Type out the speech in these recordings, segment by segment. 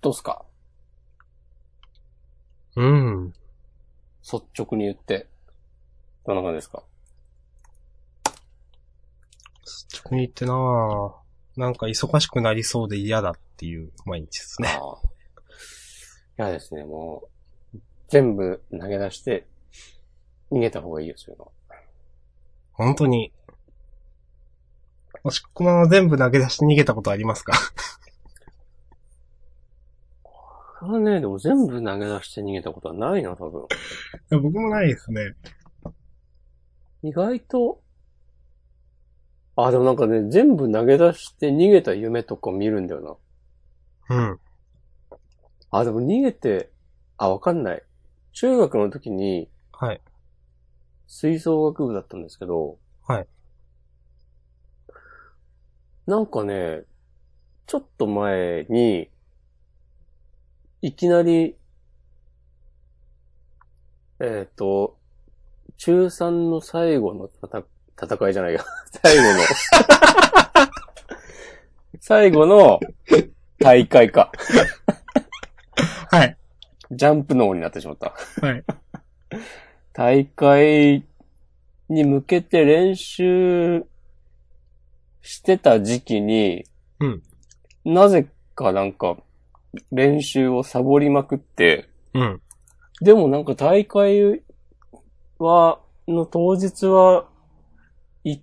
どうすか？ うん。 率直に言って。どんな感じですか？ 率直に言ってなぁ。なんか忙しくなりそうで嫌だっていう毎日ですね。 ああ。嫌ですね、もう。全部投げ出して、逃げた方がいいよ、そういうの。 本当に。もしこまま全部投げ出して逃げたことありますか？ これはね、でも全部投げ出して逃げたことはないな、多分。 いや僕もないですね。 意外と、でもなんかね、全部投げ出して逃げた夢とか見るんだようん。 な。でも逃げて、わかんない。中学の時にはい。 吹奏楽部だったんですけど、 はい。 なんかね、ちょっと前に、いきなり、中3の最後の戦いじゃないよ。最後の大会か。 はい。 ジャンプ脳になってしまった。 はい。 大会に向けて練習してた時期に、 うん。 なぜかなんか練習をサボりまくって、 うん。 でもなんか大会の当日は行った、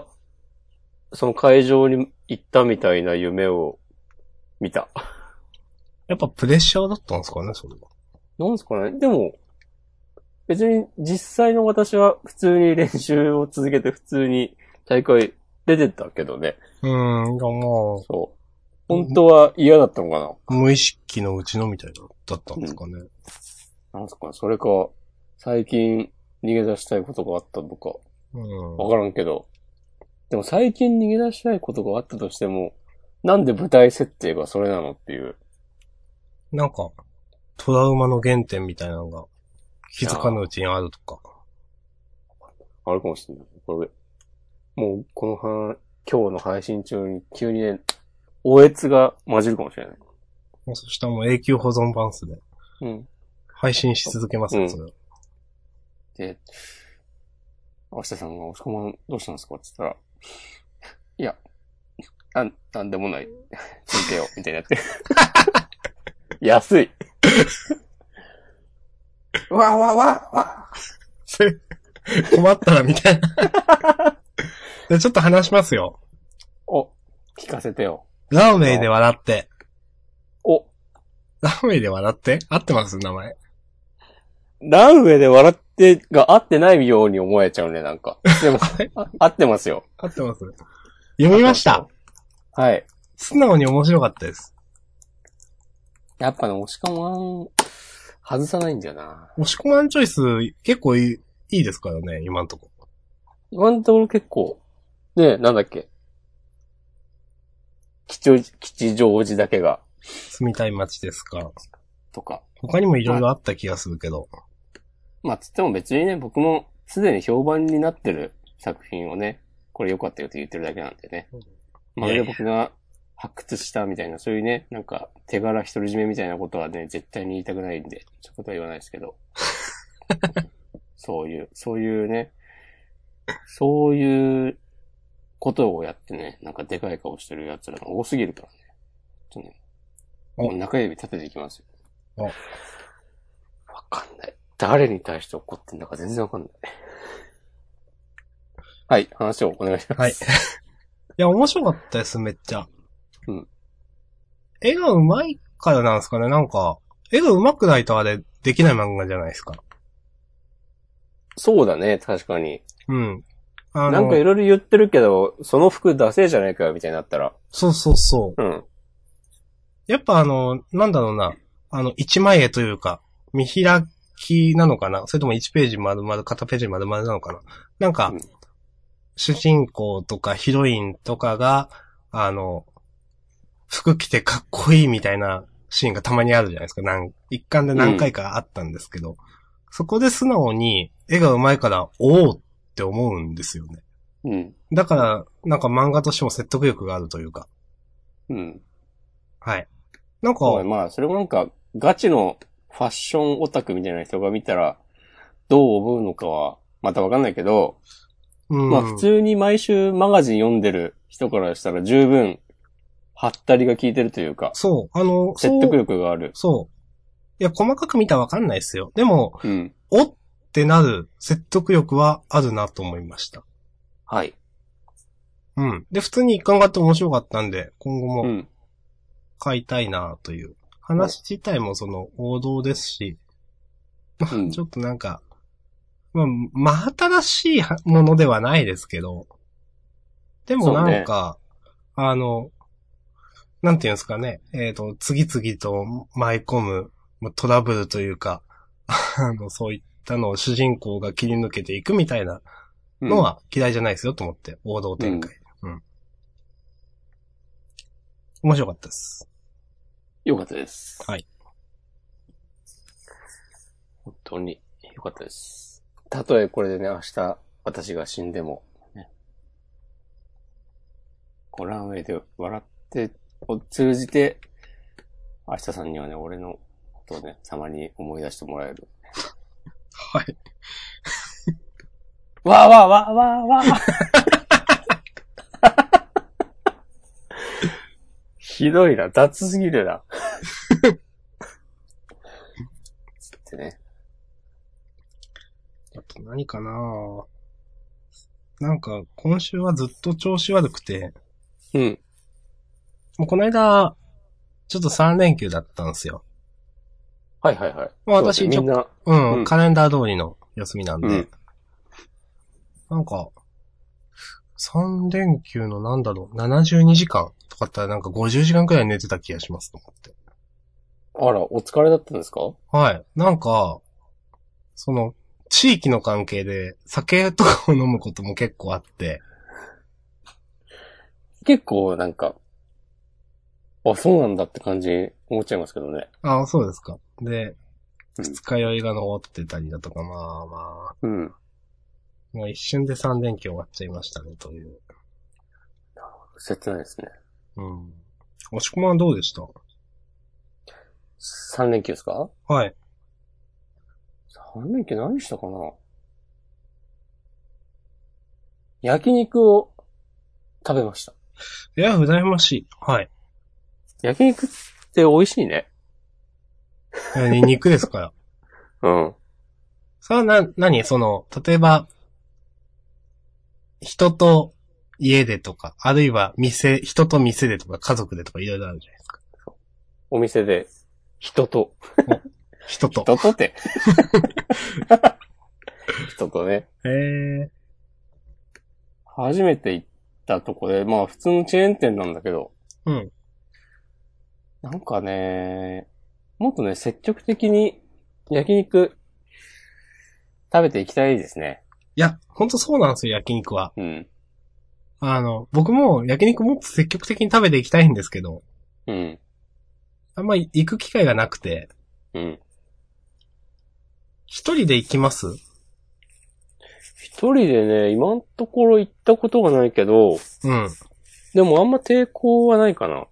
その会場に行ったみたいな夢を見た。 やっぱプレッシャーだったんですかね、それは。 なんですかね。でも、別に実際の私は普通に練習を続けて普通に大会出てたけどね。 もそう。本当は嫌だったのかな。 無意識のうちのみたいだったんですかね。 なんすかね。それか、最近逃げ出したいことがあったとか、わからんけど。でも最近逃げ出したいことがあったとしても、なんで舞台設定がそれなのっていう。 なんか、トラウマの原点みたいなのが気づかぬうちにあるとか。 あるかもしれない。これ、もうこの今日の配信中に急にね、おえつが混じるかもしれない。 もうそしたらもう永久保存版数で。 うん。 配信し続けますよ、それは。 で、明日さんが押し込まんどうしたんですかって言ったら、いや、なんでもない。続けよう、みたいになって。安い。わわわわそれ、困ったらみたいな。でちょっと話しますよ。 お、聞かせてよ。 ラーメイで笑って。 お、 ラーメイで笑って合ってます名前。 ランウェイで笑ってが合ってないように思えちゃうね、なんか。でも、合ってますよ。 合ってます。読みました。 はい。 素直に面白かったです。 やっぱね、押し込まん、外さないんだよな。 押し込まんチョイス結構いいですからね、今んとこ。 今のところ結構、ね、なんだっけ。吉祥寺だけが、 住みたい街ですか。 とか。 他にもいろいろあった気がするけど。 つっても別にね、僕もすでに評判になってる作品をね、これ良かったよって言ってるだけなんでね。まるで僕が発掘したみたいな、そういうね、なんか手柄独り占めみたいなことはね、絶対に言いたくないんで、そういうことは言わないですけど。そういうね、そういうことをやってね、なんかでかい顔してる奴らが多すぎるからね。ちょっとね、もう中指立てていきますよ。わかんない。誰に対して怒ってんだか全然わかんない。はい、話をお願いします。 はい。いや、面白かったです、めっちゃ。 うん。 絵が上手いからなんですかね、なんか、絵が上手くないとあれ、できない漫画じゃないですか。 そうだね、確かに。 うん。 なんかいろいろ言ってるけど、その服ダセーじゃないかよ、みたいになったら。 そうそうそう。 うん。 やっぱなんだろうな、一枚絵というか、見開きなのかなそれとも1ページ丸々、片ページ丸々なのかななんか、主人公とかヒロインとかが、服着てかっこいいみたいなシーンがたまにあるじゃないですか。一巻で何回かあったんですけど、そこで素直に絵が上手いから、おおって思うんですよね。 うん。 だから、なんか漫画としても説得力があるというか。 うん。 はい。 なんか、 まあ、それもなんか、ガチのファッションオタクみたいな人が見たら、どう思うのかは、またわかんないけど、まあ普通に毎週マガジン読んでる人からしたら十分、はったりが効いてるというか、 そう、 説得力がある。 そう。いや、細かく見たらわかんないですよ。でも、 うん。 おってなる説得力はあるなと思いました。 はい。 うん。で、普通に一巻があって面白かったんで、今後もうん。 買いたいなという。話自体もその王道ですし、 うん。 ちょっとなんか、まあ、真新しいものではないですけど、でもなんか、なんていうんですかね、次々と舞い込むトラブルというか、そういったのを主人公が切り抜けていくみたいなのは嫌いじゃないですよと思って、王道展開。うん。面白かったです。 よかったです。 はい。 本当によかったです。たとえこれでね、明日私が死んでも、ね、こランウェイで笑ってを通じて、明日さんにはね、俺のことをね、たまに思い出してもらえる。 はい。 わーわーわーわーわーひどいな、雑すぎるな。つってね。 あと何かななんか、今週はずっと調子悪くて、 うん。 もうこの間、ちょっと3連休だったんですよ。 はいはいはい。 まあ私みんな、 カレンダー通りの休みなんで、 うん、 なんか、3連休のなんだろう、72時間とかだったらなんか50時間くらい寝てた気がしますと思って。 あら、お疲れだったんですか？ はい。なんか、その、地域の関係で酒とかを飲むことも結構あって。 結構なんか、あ、そうなんだって感じ思っちゃいますけどね。 ああ、そうですか。で、 うん、 二日酔いが残ってたりだとか、まあまあ、 うん。 もう一瞬で3連休終わっちゃいましたね、という。 切ないですね。 うん。押し込まんどうでした？ 3連休ですか？ はい。 3 連休何したかな？焼肉を食べました。 いや、羨ましい。はい。 焼肉って美味しいね。 肉ですから。 うん。 それは何その、例えば、人と家でとか、あるいは人と店でとか、家族でとかいろいろあるじゃないですか。 お店で、人と。 人と。 人とって。人とね。 へえ。 初めて行ったとこで、まあ普通のチェーン店なんだけど、 うん。 なんかね、もっとね、積極的に焼肉食べていきたいですね。 いや、ほんとそうなんですよ、焼肉は。 うん。 僕も焼肉もっと積極的に食べていきたいんですけど、 うん。 あんまり行く機会がなくて、 うん。 一人で行きます？ 一人でね、今のところ行ったことがないけど、 うん。 でもあんま抵抗はないかな。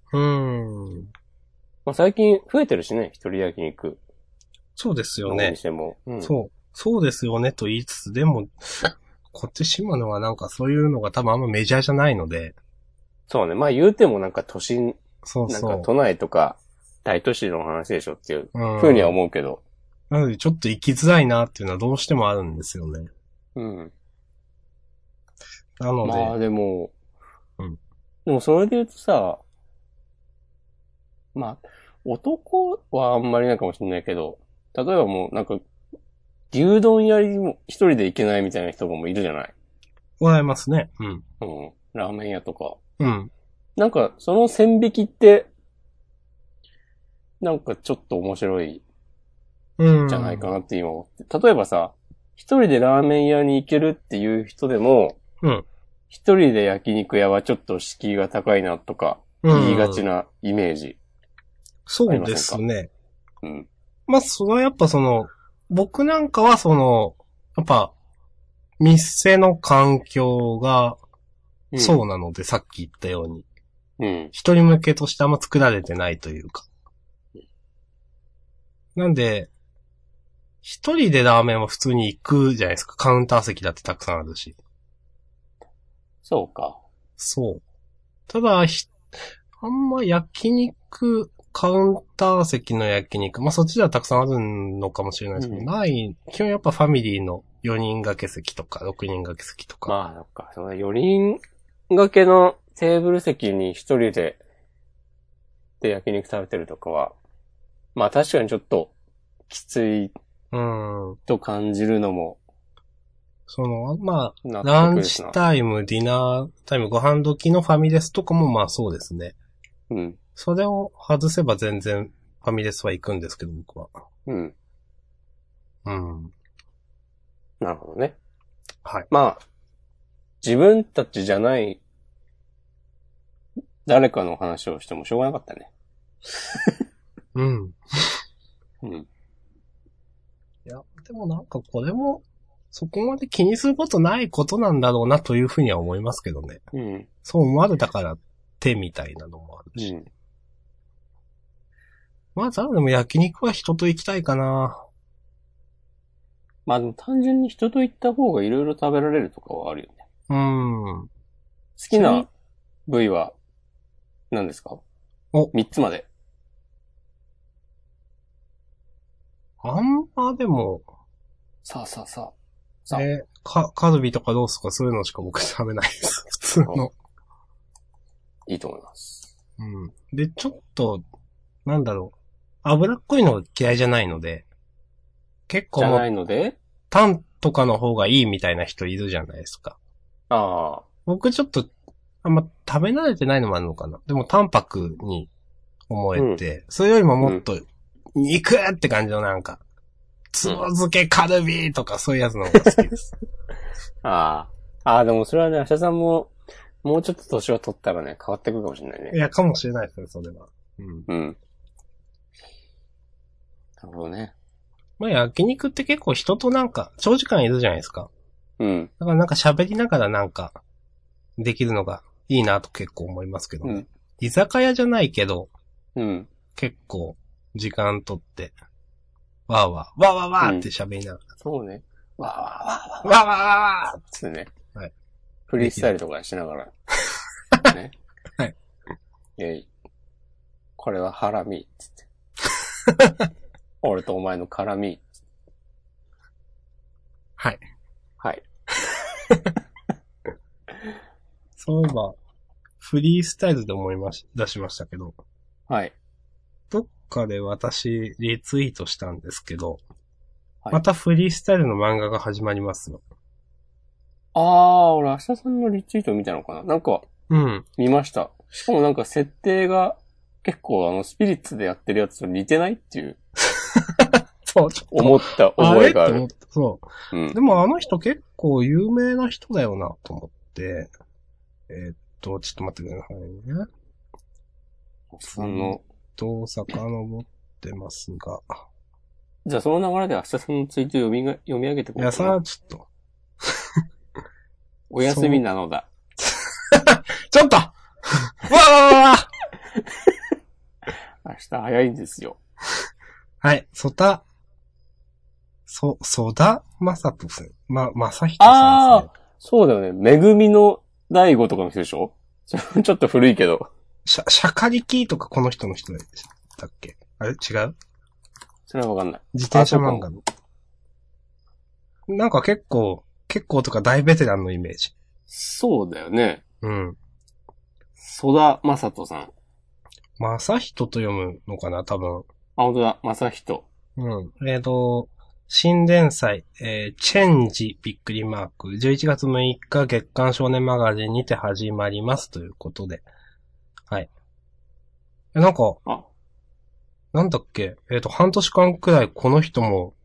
まあ、最近増えてるしね、一人焼肉そうですよのおね。 店も。うん。 そうですよねと言いつつ、でも、こっち島根はなんかそういうのが多分あんまメジャーじゃないので。 そうね。まあ言うてもなんか都心、 そうそう。 なんか都内とか大都市の話でしょっていううん。 風には思うけど。 なのでちょっと行きづらいなっていうのはどうしてもあるんですよね。 うん。 なので。 まあでも、 うん。 でもそれで言うとさ、まあ、男はあんまりないかもしれないけど、例えばもうなんか、牛丼屋にも一人で行けないみたいな人もいるじゃない。 ございますね。うん。 うん。ラーメン屋とか。 うん。 なんか、その線引きって、なんかちょっと面白いうん。 じゃないかなって今思って。例えばさ、一人でラーメン屋に行けるっていう人でも、 うん。 一人で焼肉屋はちょっと敷居が高いなとか、言いがちなイメージ。 そうですね。 うん。 まあ、それはやっぱ僕なんかはやっぱ、店の環境が、そうなので、さっき言ったように。 うん。 一人向けとしてあんま作られてないというか。なんで、一人でラーメンは普通に行くじゃないですか。カウンター席だってたくさんあるし。 そうか。 そう。ただ、あんま焼肉、カウンター席の焼肉、まあ、そっちではたくさんあるのかもしれないですけど、 うんない、基本やっぱファミリーの4人掛け席とか、6人掛け席とか。 まあ、なんか、その4人掛けのテーブル席に一人で焼肉食べてるとかは、まあ確かにちょっときついと感じるのもまあ、 納ランチ得ですな。 タイム、ディナータイム、ご飯時のファミレスとかもまあそうですね。 うん。 それを外せば全然ファミレスは行くんですけど、僕は。 うん。 うん。 なるほどね。 はい。 まあ、自分たちじゃない誰かの話をしてもしょうがなかったね。 うん。 うん。 いや、でもなんかこれも、そこまで気にすることないことなんだろうなというふうには思いますけどね。 うん。 そう思われたからってみたいなのもあるし。 うん。 まずはでも焼肉は人と行きたいかな。 まあでも単純に人と行った方がいろいろ食べられるとかはあるよね。 好好きな部位は何ですか？ お、 3つまで。 あんまでも、 さあさあさあ。さあ。 カルビとかロースとかそういうのしか僕食べないです。普通の。 いいと思います。 うん。で、ちょっと、なんだろう。脂っこいのが嫌いじゃないので、結構じゃなもう、 いので、 タンとかの方がいいみたいな人いるじゃないですか。 ああ。 僕ちょっと、あんま食べ慣れてないのもあるのかな。でも淡白に思えて、それよりももっと、肉って感じのなんか、つぼ漬けカルビとかそういうやつの方が好きです。 ああ。ああ、でもそれはね、アシャさんも、もうちょっと年を取ったらね、変わってくるかもしれないね。 いや、かもしれないですね、それは。うん。 うん。なるほどね。 まあ焼肉って結構人となんか、長時間いるじゃないですか。 うん。 だからなんか喋りながらなんか、できるのがいいなと結構思いますけどね。 うん。 居酒屋じゃないけど、 うん。 結構、時間とって、わーわー、わーわーわーって喋りながそうね。わーわーわーわら、わーわーわーわーっつってね。 はい。 フリースタイルとかしながら。ね。 はい。 これはハラミ。つって。俺とお前の絡み。 はい。 はい。 そういえば、フリースタイルで出しましたけど、 はい。 どっかで私リツイートしたんですけど、 はい、 またフリースタイルの漫画が始まりますよ。 俺、明日さんのリツイート見たのかななんか、 うん。 見ました。しかもなんか設定が、結構スピリッツでやってるやつと似てないっていう。 そう、ちょっと。 思った覚えがある。 そう。 うん。 でもあの人結構有名な人だよなと思って、ちょっと待ってくださいね。 さんの。 遡ってますが。 じゃあその流れで明日さんのツイート読み上げてこうかな。 いや、さあ、ちょっと。 お休みなのだ。 ちょっとわわ明日早いんですよ。 はい、曽田まさとさん。まさひとさんですね。 そうだよね。めぐみの大悟とかの人でしょちょっと古いけど。 シャカリキとかこの人の人だっけあれ違うそれはわかんない。 自転車漫画の。なんか結構とか大ベテランのイメージ。 そうだよね。 うん。 曽田正人さん。 まさひとと読むのかな多分。 本当だ。正人。 うん。新連載、チェンジびっくりマーク、11月6日月刊少年マガジンにて始まりますということで。はい。なんか、なんだっけ半年間くらいこの人も、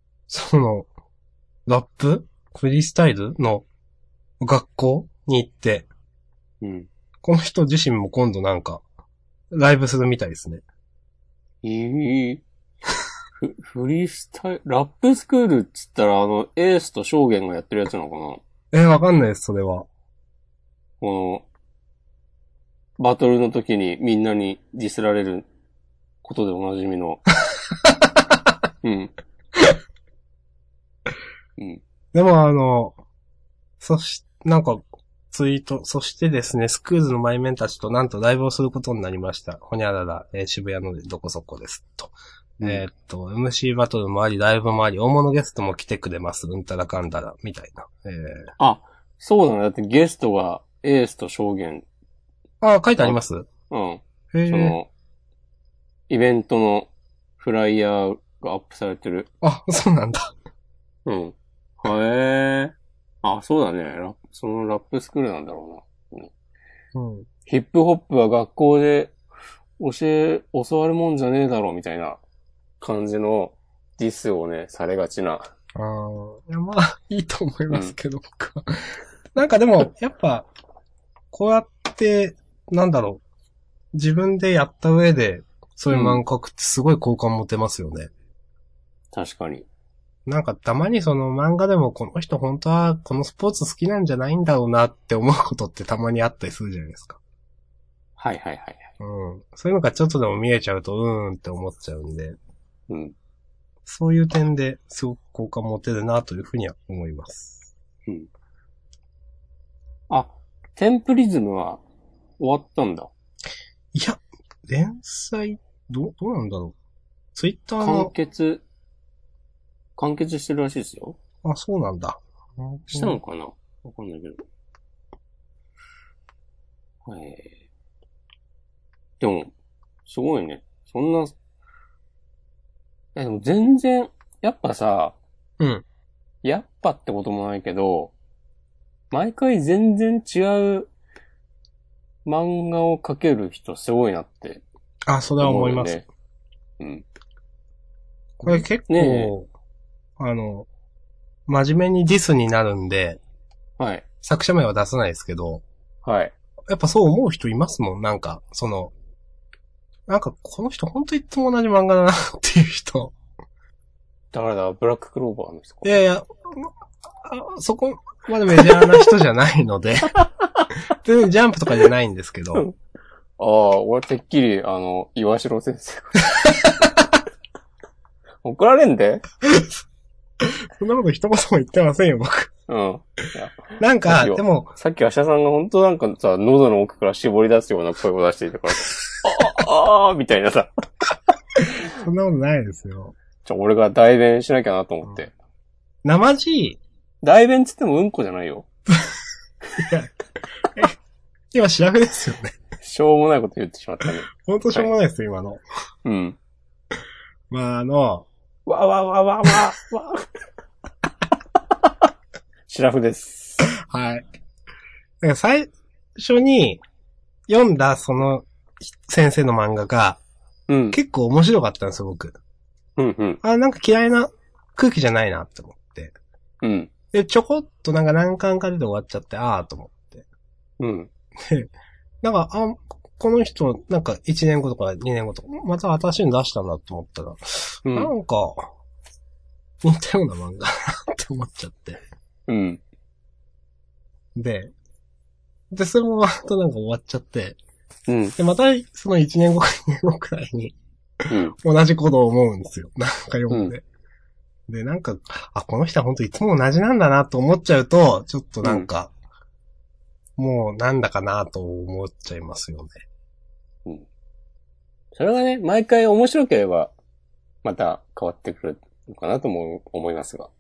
ラップフリースタイルの学校に行って、 うん。 この人自身も今度なんか、ライブするみたいですね。 フリースタイル、ラップスクールっつったらエースと証言がやってるやつなのかなわかんないです、それは。 バトルの時にみんなにディスられることでおなじみの。うん。うん。 でもなんか、ツイート、そしてですね、スクーズのマイメンたちとなんとライブをすることになりました。ほにゃらら、渋谷のどこそこですと。MC バトルもあり、ライブもあり、大物ゲストも来てくれます。うんたらかんだら、みたいな。 あ、そうだね。だってゲストがエースと証言。 あ、書いてあります？ うん。 へイベントのフライヤーがアップされてる。 あ、そうなんだ。 うん。へえ。あ、そうだね。そのラップスクールなんだろうな。 うん。 ヒップホップは学校で教わるもんじゃねえだろ、みたいな感じのディスをね、されがちな。 ああ、いや、まあ、いいと思いますけど、僕は。なんかでも、やっぱ、こうやって、なんだろう。自分でやった上で、そういう漫画描くってすごい好感持てますよね。 確かに。 なんかたまにその漫画でもこの人本当はこのスポーツ好きなんじゃないんだろうなって思うことってたまにあったりするじゃないですか。 はいはいはい。 うん。そういうのがちょっとでも見えちゃうとって思っちゃうんで。 うん。 そういう点ですごく好感持てるなというふうには思います。 うん。あ、テンプリズムは終わったんだ。 いや、連載、どうなんだろう。ツイッターの。 完結してるらしいですよ。 あ、そうなんだ。 したのかなわかんないけど。でも、すごいね。そんな、でも全然、やっぱさ、 うん。 やっぱってこともないけど、毎回全然違う漫画を描ける人すごいなって。 あ、それは思います。 うん。 これ結構、ね、真面目にディスになるんで、 はい。 作者名は出さないですけど、 はい。 やっぱそう思う人いますもん、なんか、なんかこの人ほんといつも同じ漫画だなっていう人。 誰だ、ブラッククローバーの人か。 いやいや、そこまでメジャーな人じゃないので、全然ジャンプとかじゃないんですけど。 ああ、俺てっきり、岩城先生。怒られんでそんなこと一言も言ってませんよ、僕。 うん。 なんか、でも。 さっきアシャさんが本当なんかさ、喉の奥から絞り出すような声を出していたからさ、みたいなさ。 そんなことないですよ。 俺が代弁しなきゃなと思って。 生地代弁つってもうんこじゃないよ。 いや、今シラフですよね。 しょうもないこと言ってしまったね。 ほんとしょうもないですよ、今の。 うん。 まあわ。シラフです。 はい。なんか最初に読んだその先生の漫画が、結構面白かったんですよ、僕。なんか嫌いな空気じゃないなって思って。 うん。 で、ちょこっとなんか何巻かで終わっちゃって、と思って。 うん。 で、なんか、この人、なんか1年後とか2年後とか、また新しいの出したんだと思ったら、なんか、似たような漫画だなって思っちゃって。 うん。 で、それもまたなんか終わっちゃって、 うん。 で、またその1年後か2年後くらいに、同じことを思うんですよ。なんか読んで。で、なんか、この人は本当いつも同じなんだなと思っちゃうと、ちょっとなんか、もうなんだかなと思っちゃいますよね。 うん。それがね、毎回面白ければ、また変わってくるのかなとも思いますが。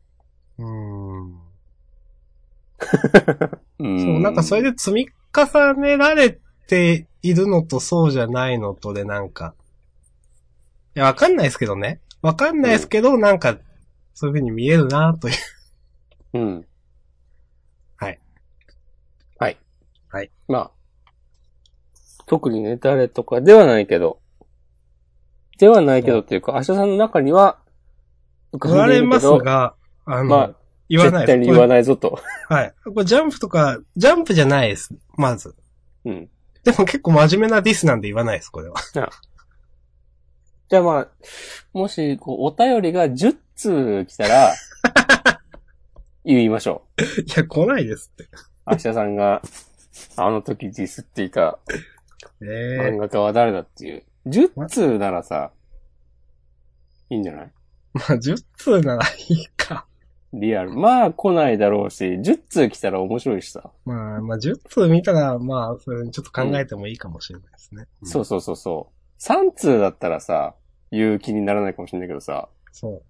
そう、なんかそれで積み重ねられているのとそうじゃないのとでなんか、いや、わかんないですけどね。わかんないですけど、なんか、そういう風に見えるなという。 うん。 はい。 はい。 はい。 まあ、特にネタレとかではないけどっていうか、アシャさんの中には、 言われますが、まあ、言わない。 絶対に言わないぞと。 はい。これジャンプとか、ジャンプじゃないです。まず。 うん。 でも結構真面目なディスなんで言わないです、これは。 じゃあまあ、もし、お便りが10通来たら、言いましょう。 いや、来ないですって。 アシャさんが、あの時ディスっていた、 漫画家は誰だっていう。10通ならさ、いいんじゃない？ まあ、10通ならいいか。 リアル。まあ来ないだろうし、10通来たら面白いしさ。 まあ、10通見たら、まあ、それちょっと考えてもいいかもしれないですね。 そうそうそうそう。3通だったらさ、言う気にならないかもしれないけどさ。 そう。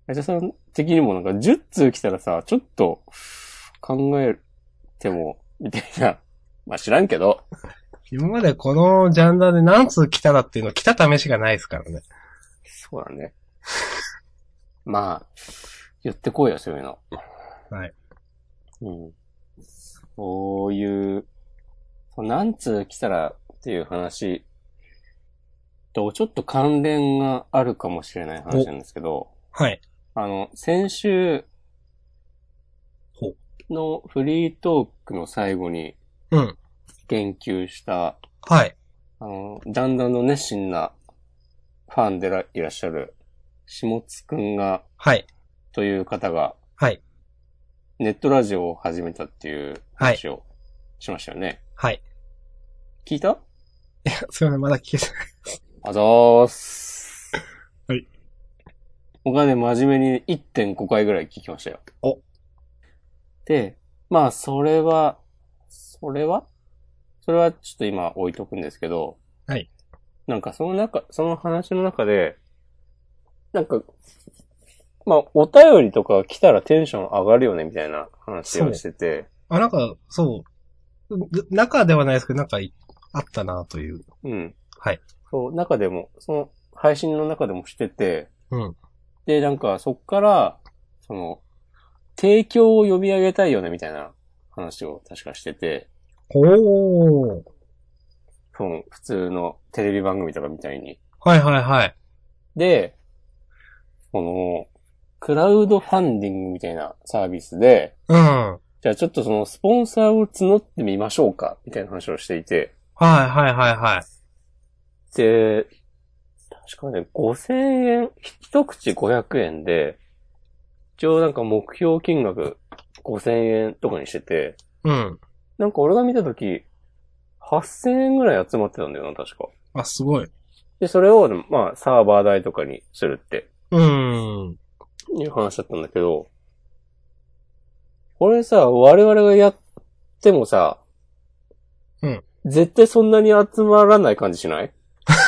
じゃあさん的にもなんか10通来たらさ、ちょっと考えても、みたいな。まあ知らんけど。 今までこのジャンダーで何通来たらっていうの来た試しがないですからね。 そうだね。まあ、言ってこいよ、そういうの。 はい。 うん。そういう、何通来たらっていう話とちょっと関連があるかもしれない話なんですけど、 はい。 先週のフリートークの最後にうん。 言及した、 はい。 ジャンダンの熱心なファンでいらっしゃる、下津くんが、 はい。 という方が、 はい。 ネットラジオを始めたっていう話をしましたよね。 はい。 聞いた？ いや、すいません、まだ聞けてない。 あざーす。 はい。 僕はね、真面目に 1.5 回ぐらい聞きましたよ。 お。 で、まあ、それはちょっと今置いとくんですけど、 はい。 なんかその話の中で、なんか、まあ、お便りとか来たらテンション上がるよね、みたいな話をしてて。 あ、なんか、そう。中ではないですけど、なんかあったなという。 うん。 はい。 そう、中でも、その配信の中でもしてて、 うん。 で、なんかそっから、提供を読み上げたいよね、みたいな話を確かしてて、 おー。 普通のテレビ番組とかみたいに。 はいはいはい。 で、クラウドファンディングみたいなサービスで、 うん。はいじゃあちょっとスポンサーを募ってみましょうか、みたいな話をしていて。 はいはいはい。 で、確かね、5000円、一口500円で、一応なんか目標金額5000円とかにしてて、 うん。 なんか俺が見たとき、8000円ぐらい集まってたんだよな、確か。 あ、すごい。 で、それを、まあ、サーバー代とかにするって、いう話だったんだけど、これさ、我々がやってもさ、 うん。 絶対そんなに集まらない感じしない？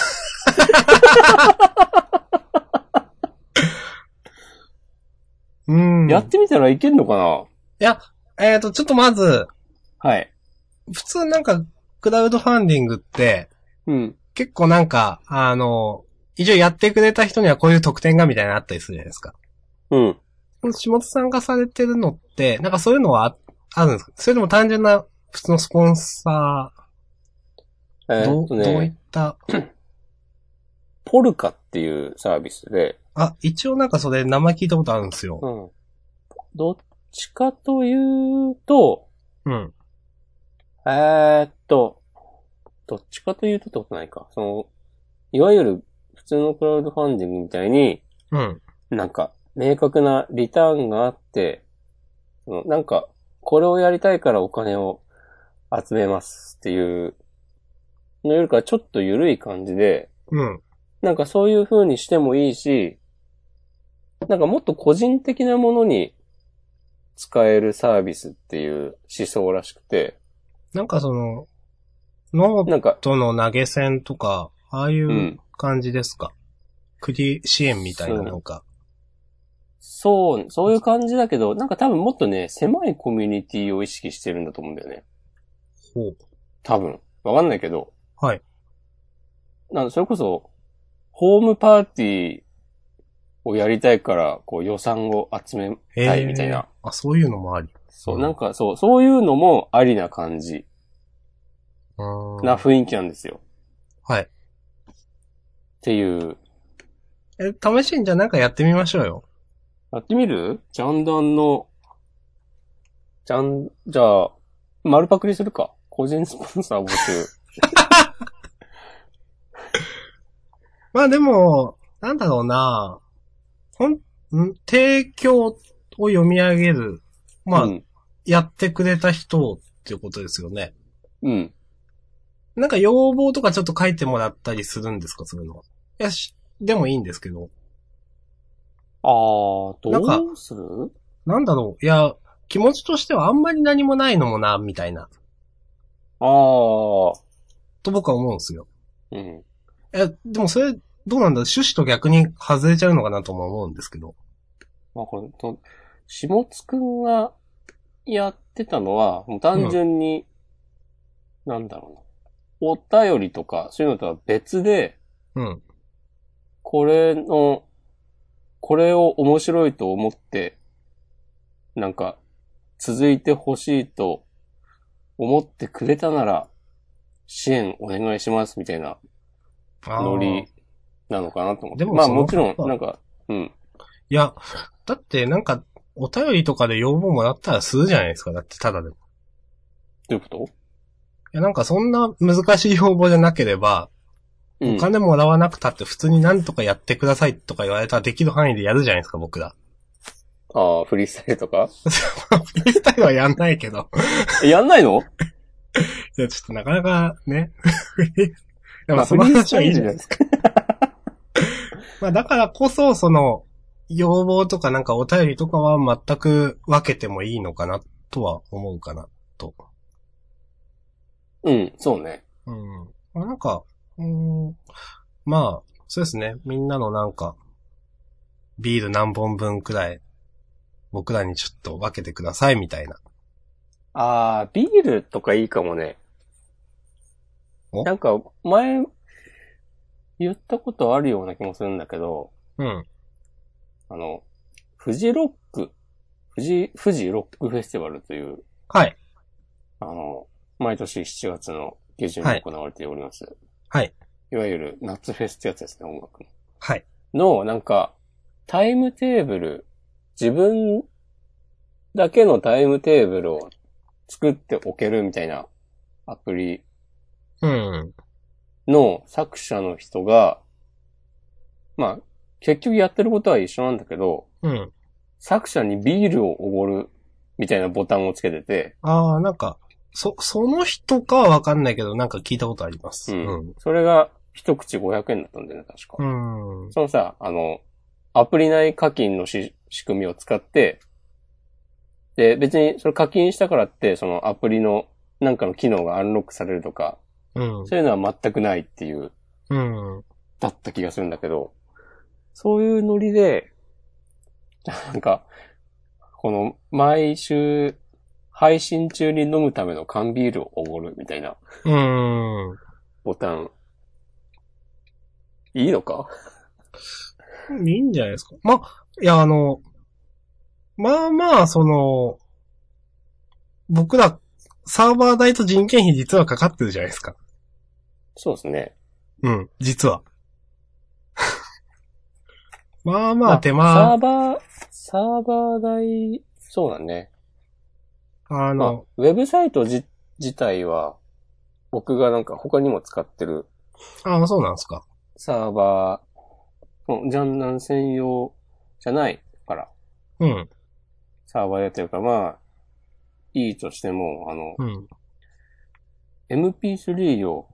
うん。 やってみたらいけんのかな？ いや、ちょっとまず、 はい。 普通なんか、クラウドファンディングって、 うん。 結構なんか、一応やってくれた人にはこういう特典がみたいなのあったりするじゃないですか。 うん。 下津さんがされてるのって、なんかそういうのはあるんですか？それとも単純な普通のスポンサー、どういった、 ポルカっていうサービスで、 一応なんかそれ名前聞いたことあるんですよ。 うん。どっちかというと、 うん。 どっちかというとってことないか。いわゆる普通のクラウドファンディングみたいに、 うん。 なんか、明確なリターンがあって、なんか、これをやりたいからお金を集めますっていうのよりかはちょっと緩い感じで、 うん。 なんかそういう風にしてもいいし、なんかもっと個人的なものに使えるサービスっていう思想らしくて、 なんかノーなんか、 トの投げ銭とか、ああいううん。 感じですか？国支援みたいななんか。 そういう感じだけど、なんか多分もっとね、狭いコミュニティを意識してるんだと思うんだよね。 ほう。 多分。わかんないけど。 はい。 それこそ、ホームパーティーをやりたいから、こう予算を集めたいみたいな。 そういうのもあり。 そう、なんかそういうのもありな感じな雰囲気なんですよ。 はい。 っていう。 試しにじゃあなんかやってみましょうよ。 やってみる？ジャンダンの、じゃあ、丸パクリするか。個人スポンサー募集。 まあでも、なんだろうな。提供を読み上げる。まあ、やってくれた人っていうことですよね。 うん。 なんか要望とかちょっと書いてもらったりするんですか、そういうのは。いやでもいいんですけど。なんかどうする？ なんだろう。いや、気持ちとしてはあんまり何もないのもな、みたいな。 ああ、 と僕は思うんですよ。 うん。 でもそれ、どうなんだ趣旨と逆に外れちゃうのかなとも思うんですけど。 まあこれと、下津くんがやってたのは、もう単純に、なんだろうな。お便りとか、そういうのとは別で、 うん。 これの、これを面白いと思って、なんか、続いてほしいと思ってくれたなら、支援お願いしますみたいなノああ。 リなのかなと思って。 でもまあもちろん、 そのなんか、うん。 いや、だってなんか、お便りとかで要望もらったらするじゃないですか。だってただでも。いどういうこと？ や、なんかそんな難しい要望じゃなければ、 うん。 お金もらわなくたって普通になんとかやってくださいとか言われたらできる範囲でやるじゃないですか、僕ら。 ああ、フリースタイルとかフリースタイルはやんないけど。 やんないの？ いや、ちょっとなかなかね。でまあ、 もそのフリース話はいいじゃタイルじゃないですか。 まあだからこそ、要望とかなんかお便りとかは全く分けてもいいのかなとは思うかな、と。 うん、そうね。 うん。まあなんか、まあ、そうですね。みんなのなんか、ビール何本分くらい、僕らにちょっと分けてくださいみたいな。 ああ、ビールとかいいかもね。 おなんか、前、言ったことあるような気もするんだけど、 うん。 あの、フジロック、フジロックフェスティバルという、 はい。 あの、毎年7月の下旬はい。 に行われております。 はい。 いわゆる夏フェスってやつですね、音楽はい。 の。なんか、タイムテーブル、自分だけのタイムテーブルを作っておけるみたいなアプリうん。 の作者の人が、まあ、結局やってることは一緒なんだけど、 うん。 作者にビールをおごるみたいなボタンをつけてて、 ああ、なんか、その人かはわかんないけど、なんか聞いたことあります。ううん。 ん。 それが一口500円だったんだよね、確か。 うん。 そのさ、アプリ内課金の仕組みを使って、で、別にそれ課金したからって、そのアプリのなんかの機能がアンロックされるとか、 うん。 そういうのは全くないっていう、 うん。 だった気がするんだけど、そういうノリで、なんか、この毎週配信中に飲むための缶ビールをおごるみたいなうん。 ボタン、いいのか？ いいんじゃないですか。いや、まあまあ、僕ら、サーバー代と人件費実はかかってるじゃないですか。 そうですね。 うん、実は。まあまあ、 まあ、 手間、 サーバー代、そうだね。まあ、 あの、 ウェブサイト自体は、僕がなんか他にも使ってるそうなんですか。 サーバー、ジャンナン専用じゃないから、 うん、 サーバーでやってるから、まあ、いいとしても、 うん。 MP3 を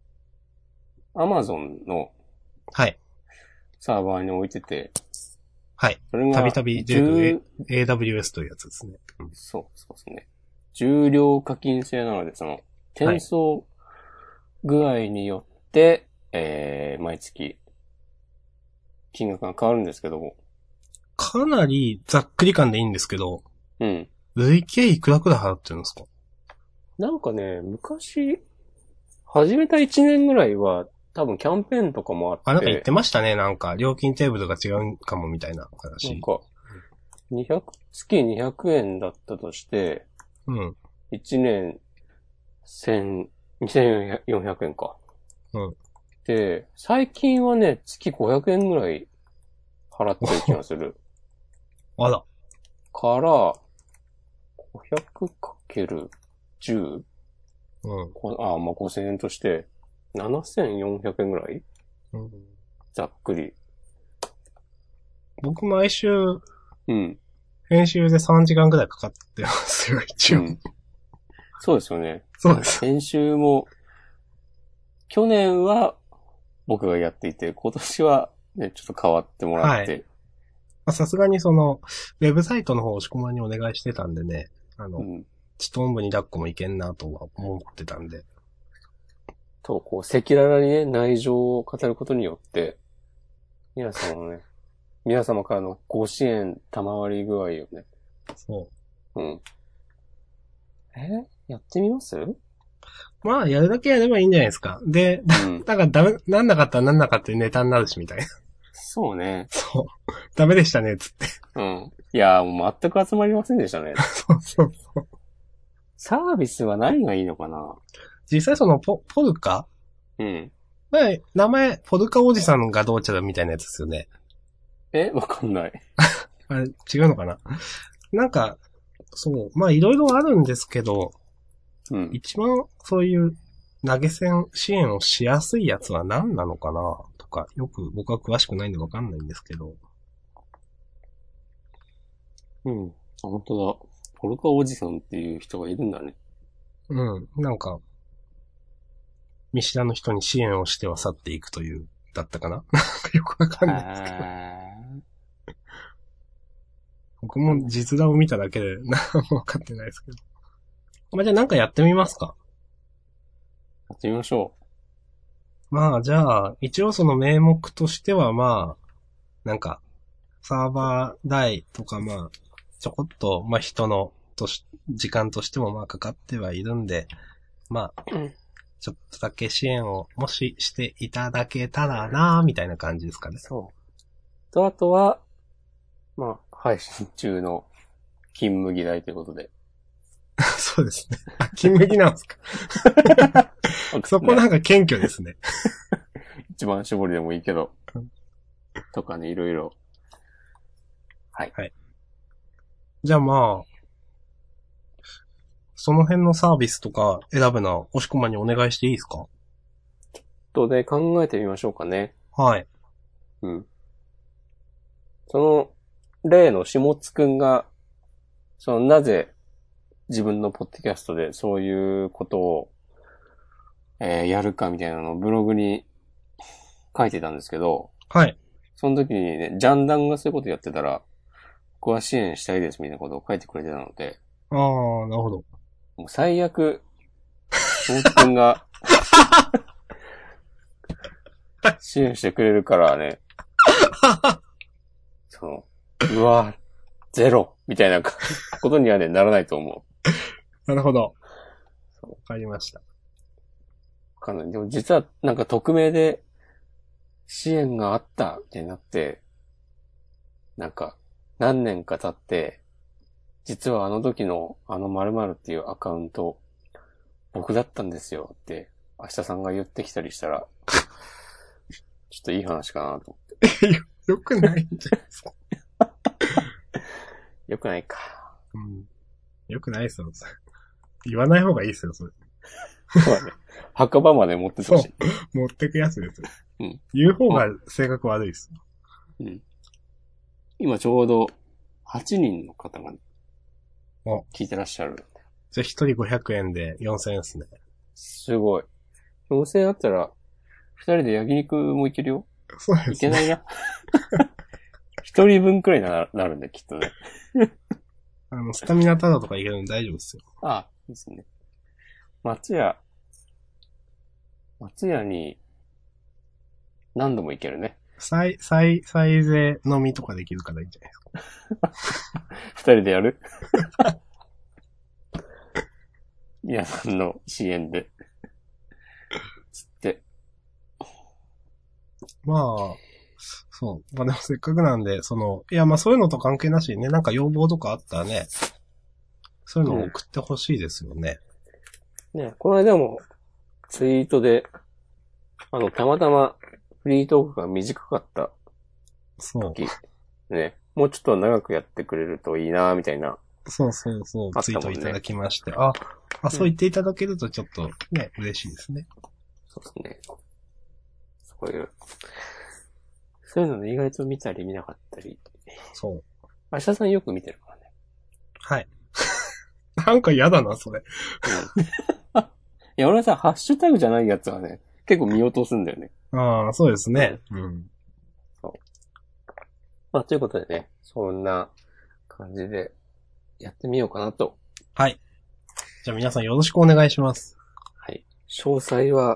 Amazon のはい、 サーバーに置いてて、 はい。 それがたびたび出てくる、 10、 AWS というやつですね。うん、 そうですね。重量課金制なので、その、転はい。 送具合によって、毎月金額が変わるんですけども、 かなりざっくり感でいいんですけど、 うん。 累計いくらくらい払ってるんですか？ なんかね、昔、始めた1年ぐらいは、多分キャンペーンとかもあっなんか言って、 てましたね。なんか、料金テーブルが違うかもみたいな話。 なんか、月200円だったとして、 うん。 1年2400円か。 うん。 で、最近はね、月500円ぐらい払ってる気がする。 あら。 から、500×10? うん。 まあ、5000円として、7400円ぐらいうん、 ざっくり。 僕毎週、 うん。 編集で3時間くらいかかってますよ、一応。 うん。そうですよね。 そうです。 編集も、 去年は僕がやっていて、今年はね、ちょっと変わってもらって。 さすがにその、ウェブサイトの方を押し込まにお願いしてたんでね、 うん。 ちょっとおんぶに抱っこもいけんなとは思ってたんで。 と、こう、赤裸々にね、内情を語ることによって、皆様からのご支援賜り具合をね。 そう。うん。やってみます？ まあ、やるだけやればいいんじゃないですか。で、 うん。 なんかなんなかったらなんなかったネタになるし、みたいな。 そうね。 そう。ダメでしたね、つって。 うん。いやー、もう全く集まりませんでしたね。 そうそうそう。 サービスは何がいいのかな？ 実際そのポルカうん。 名前、ポルカおじさんがどうちゃらみたいなやつですよね。 わかんない。 あれ、違うのかな？なんか、そう、まあいろいろあるんですけど、 うん。 一番そういう投げ銭支援をしやすいやつは何なのかなとか、よく僕は詳しくないんでわかんないんですけど。 うん。あ、本当だ。ポルカおじさんっていう人がいるんだね。 うん。なんか、見知らぬ人に支援をしては去っていくという、だったかなよくわかんないですけど。僕も実談を見ただけで何もわかってないですけど。まあ、じゃあなんかやってみますか。 やってみましょまあ、じゃあ、一応その名目としてはまあ、なんか、サーバー代とかまあ、ちょこっと、まあ人の時間としてもまあかかってはいるんで、まあ、 う。うん。 ちょっとだけ支援をもししていただけたらなみたいな感じですかね。 そう。と、あとは、まあ、配信中の金麦代ということで。 そうですね。あ、金麦なんですか。そこなんか謙虚ですね。 一番絞りでもいいけど。とかね、いろいろ。はい。 はい。じゃあまあ、その辺のサービスとか選ぶのは、押し込まにお願いしていいですか？ とで考えてみましょうかね。 はい。 うん。その、例の下津くんが、なぜ自分のポッドキャストでそういうことを、やるかみたいなのをブログに書いてたんですけど、 はい。 その時にね、ジャンダンがそういうことやってたら、僕は支援したいですみたいなことを書いてくれてたので、 ああ、なるほど。 もう最悪、下津くんが支援してくれるからね、うわ、ゼロみたいなことにはね、ならないと思う。 なるほど。わかりました。 でも実はなんか匿名で支援があったみたいになって、なんか何年か経って、実はあの時のあの〇〇っていうアカウント、僕だったんですよって、明日さんが言ってきたりしたら、ちょっといい話かなと思って。 よくないんじゃないですか。 よくないか。 うん。よくないですよ。言わない方がいいですよ、それ。 そうだね。墓場まで持っててほしい。 持ってくやつですよ。 うん。 言う方が性格悪いです。 うん。今ちょうど8人の方が、ね、聞いてらっしゃる。 じゃあ1人500円で4000円ですね。 すごい。4000円あったら、2人で焼肉もいけるよ。 そうですね。 いけないな。1人分くらいなるんで、きっとね。 スタミナタダとかいけるの大丈夫ですよ。 ああ、いいですね。松屋に何度も行けるね。 サイゼ飲みとかできるからいいんじゃないですか。 二人でやる皆さんの支援で。つって。 まあ、そう。まあでもせっかくなんで、いやまあそういうのと関係なしにね、なんか要望とかあったらね、そういうのを送ってほしいですよね。 ね、この間もツイートで、たまたまフリートークが短かった時、ね、もうちょっと長くやってくれるといいなみたいな。 そう、ツイートいただきまして。そう言っていただけるとちょっとね、嬉しいですね。 そうですね。そういうのね、意外と見たり見なかったり。 そう。 明日さんよく見てるからね。 はい。なんか嫌だな、それ。 うん。いや、俺はさ、ハッシュタグじゃないやつはね、 結構見落とすんだよね。 ああ、そうですね。うん。 そう。まあ、ということでね、そんな感じでやってみようかなと。 はい。じゃあ皆さんよろしくお願いします。 はい。詳細は、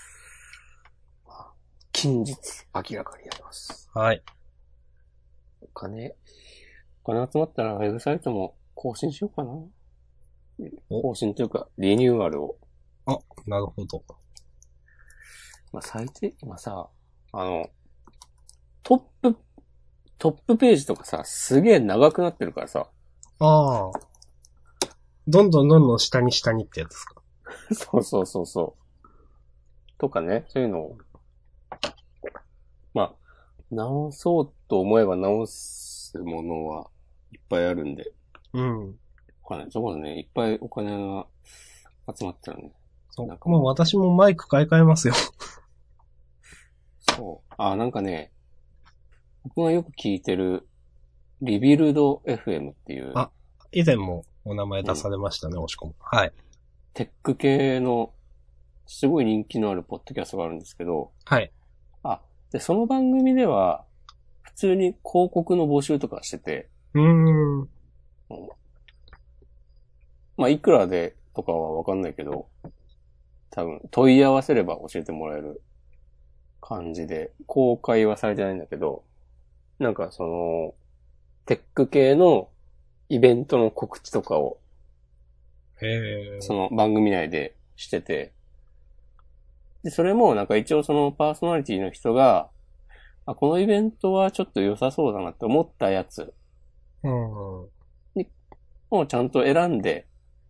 近日明らかになります。 はい。 お金集まったらウェブサイトも更新しようかな。更新というか、リニューアルを。 あ、なるほど。 まあ、最低、今さ、トップページとかさ、すげえ長くなってるからさ。 ああ。どんどん下にってやつですか。 そう。とかね、そういうのを、まあ、直そうと思えば直すものはいっぱいあるんで。 うん。 そこでね、いっぱいお金が集まったらね。 そう。もう私もマイク買い替えますよ。 そう。なんかね、僕がよく聞いてる、リビルド FM っていう。 あ、以前もお名前出されましたね、押し込む。はい。 テック系の、すごい人気のあるポッドキャストがあるんですけど。 はい。 で、その番組では、普通に広告の募集とかしてて。まあ、いくらでとかはわかんないけど、多分、問い合わせれば教えてもらえる感じで、公開はされてないんだけど、なんかその、テック系のイベントの告知とかを、その番組内でしてて、で、それもなんか一応そのパーソナリティの人が、このイベントはちょっと良さそうだなって思ったやつをちゃんと選んで、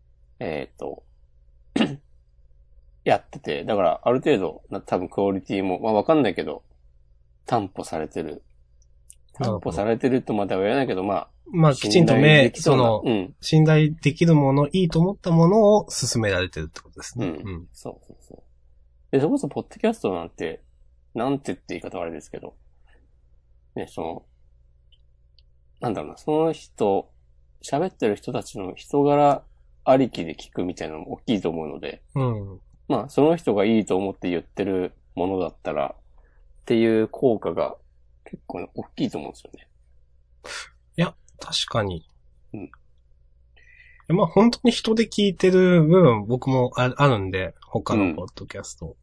やってて、だからある程度、多分クオリティも、まあわかんないけど、担保されてるとまでは言えないけど、まあきちんと信頼できるもの、いいと思ったものを進められてるってことですね。 そう。で、それこそ、ポッドキャストなんてって言い方はあれですけど、ね、なんだろうな、その人、喋ってる人たちの人柄ありきで聞くみたいなのも大きいと思うので、まあ、その人がいいと思って言ってるものだったら、っていう効果が結構大きいと思うんですよね。 いや、確かに。まあ本当に人で聞いてる部分僕もあるんで、他のポッドキャスト。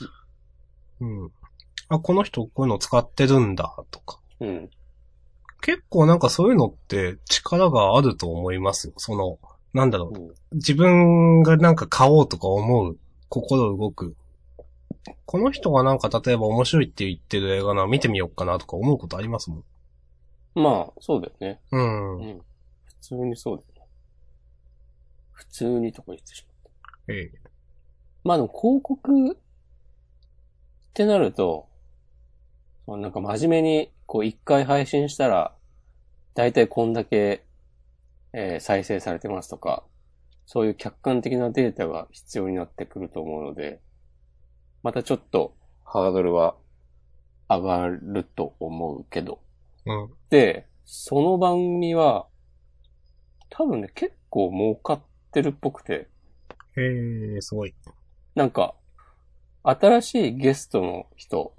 この人こういうの使ってるんだ、とか。結構なんかそういうのって力があると思いますよ。なんだろう。自分がなんか買おうとか思う、心動く。この人がなんか例えば面白いって言ってる映画なら見てみようかなとか思うことありますもん。 まあ、そうだよね。 普通にそうだよね。普通にとか言ってしまった。まあでも広告ってなると、なんか真面目に一回配信したら、だいたいこんだけ、再生されてますとか、そういう客観的なデータが必要になってくると思うので、またちょっとハードルは上がると思うけど。で、その番組は、多分ね、結構儲かってるっぽくて。 すごい。 なんか、新しいゲストの人。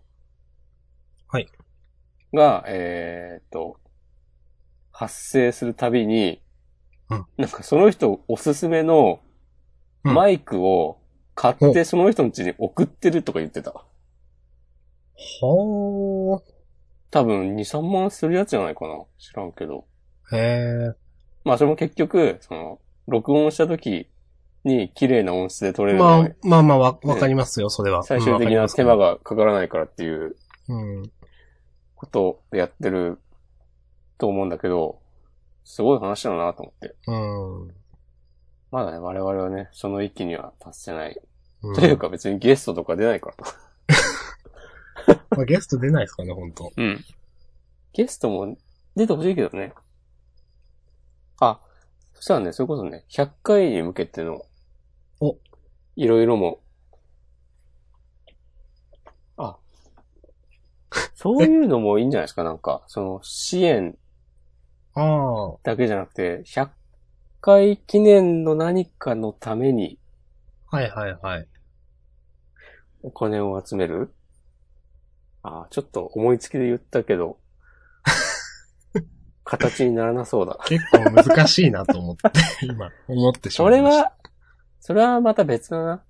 が、発生するたびに、なんかその人おすすめのマイクを買ってその人の家に送ってるとか言ってた。多分2、3万するやつじゃないかな。知らんけど。まあそれも結局、録音した時に綺麗な音質で撮れるのは、 わかりますよ、それは。 最終的な手間がかからないからっていう、ことでやってると思うんだけど、すごい話だなと思って。まだね、我々はね、その域には達せない。というか別にゲストとか出ないからゲスト出ないですかね、本当。 ゲストも出てほしいけどね。そしたらね、それこそね、100回に向けての、いろいろも、そういうのもいいんじゃないですか、なんか、支援だけじゃなくて、100回記念の何かのために、 お金を集める？ちょっと思いつきで言ったけど、形にならなそうだ。 結構難しいなと思って、今、思ってしまいました。 それはまた別だな。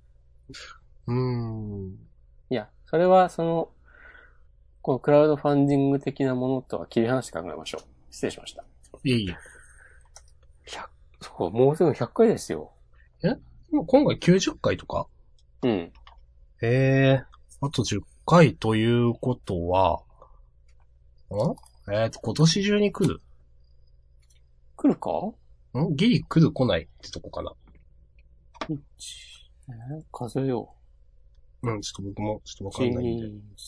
いや、それはこのクラウドファンディング的なものとは切り離して考えましょう。失礼しました。 いえいえ。 そう、もうすぐ100回ですよ。 今回90回とか？ うん。 あと10回ということは、今年中に来る？ 来るか？ ギリ来る来ないってとこかな。 数えよう。ちょっと僕も、ちょっとわかんないんで。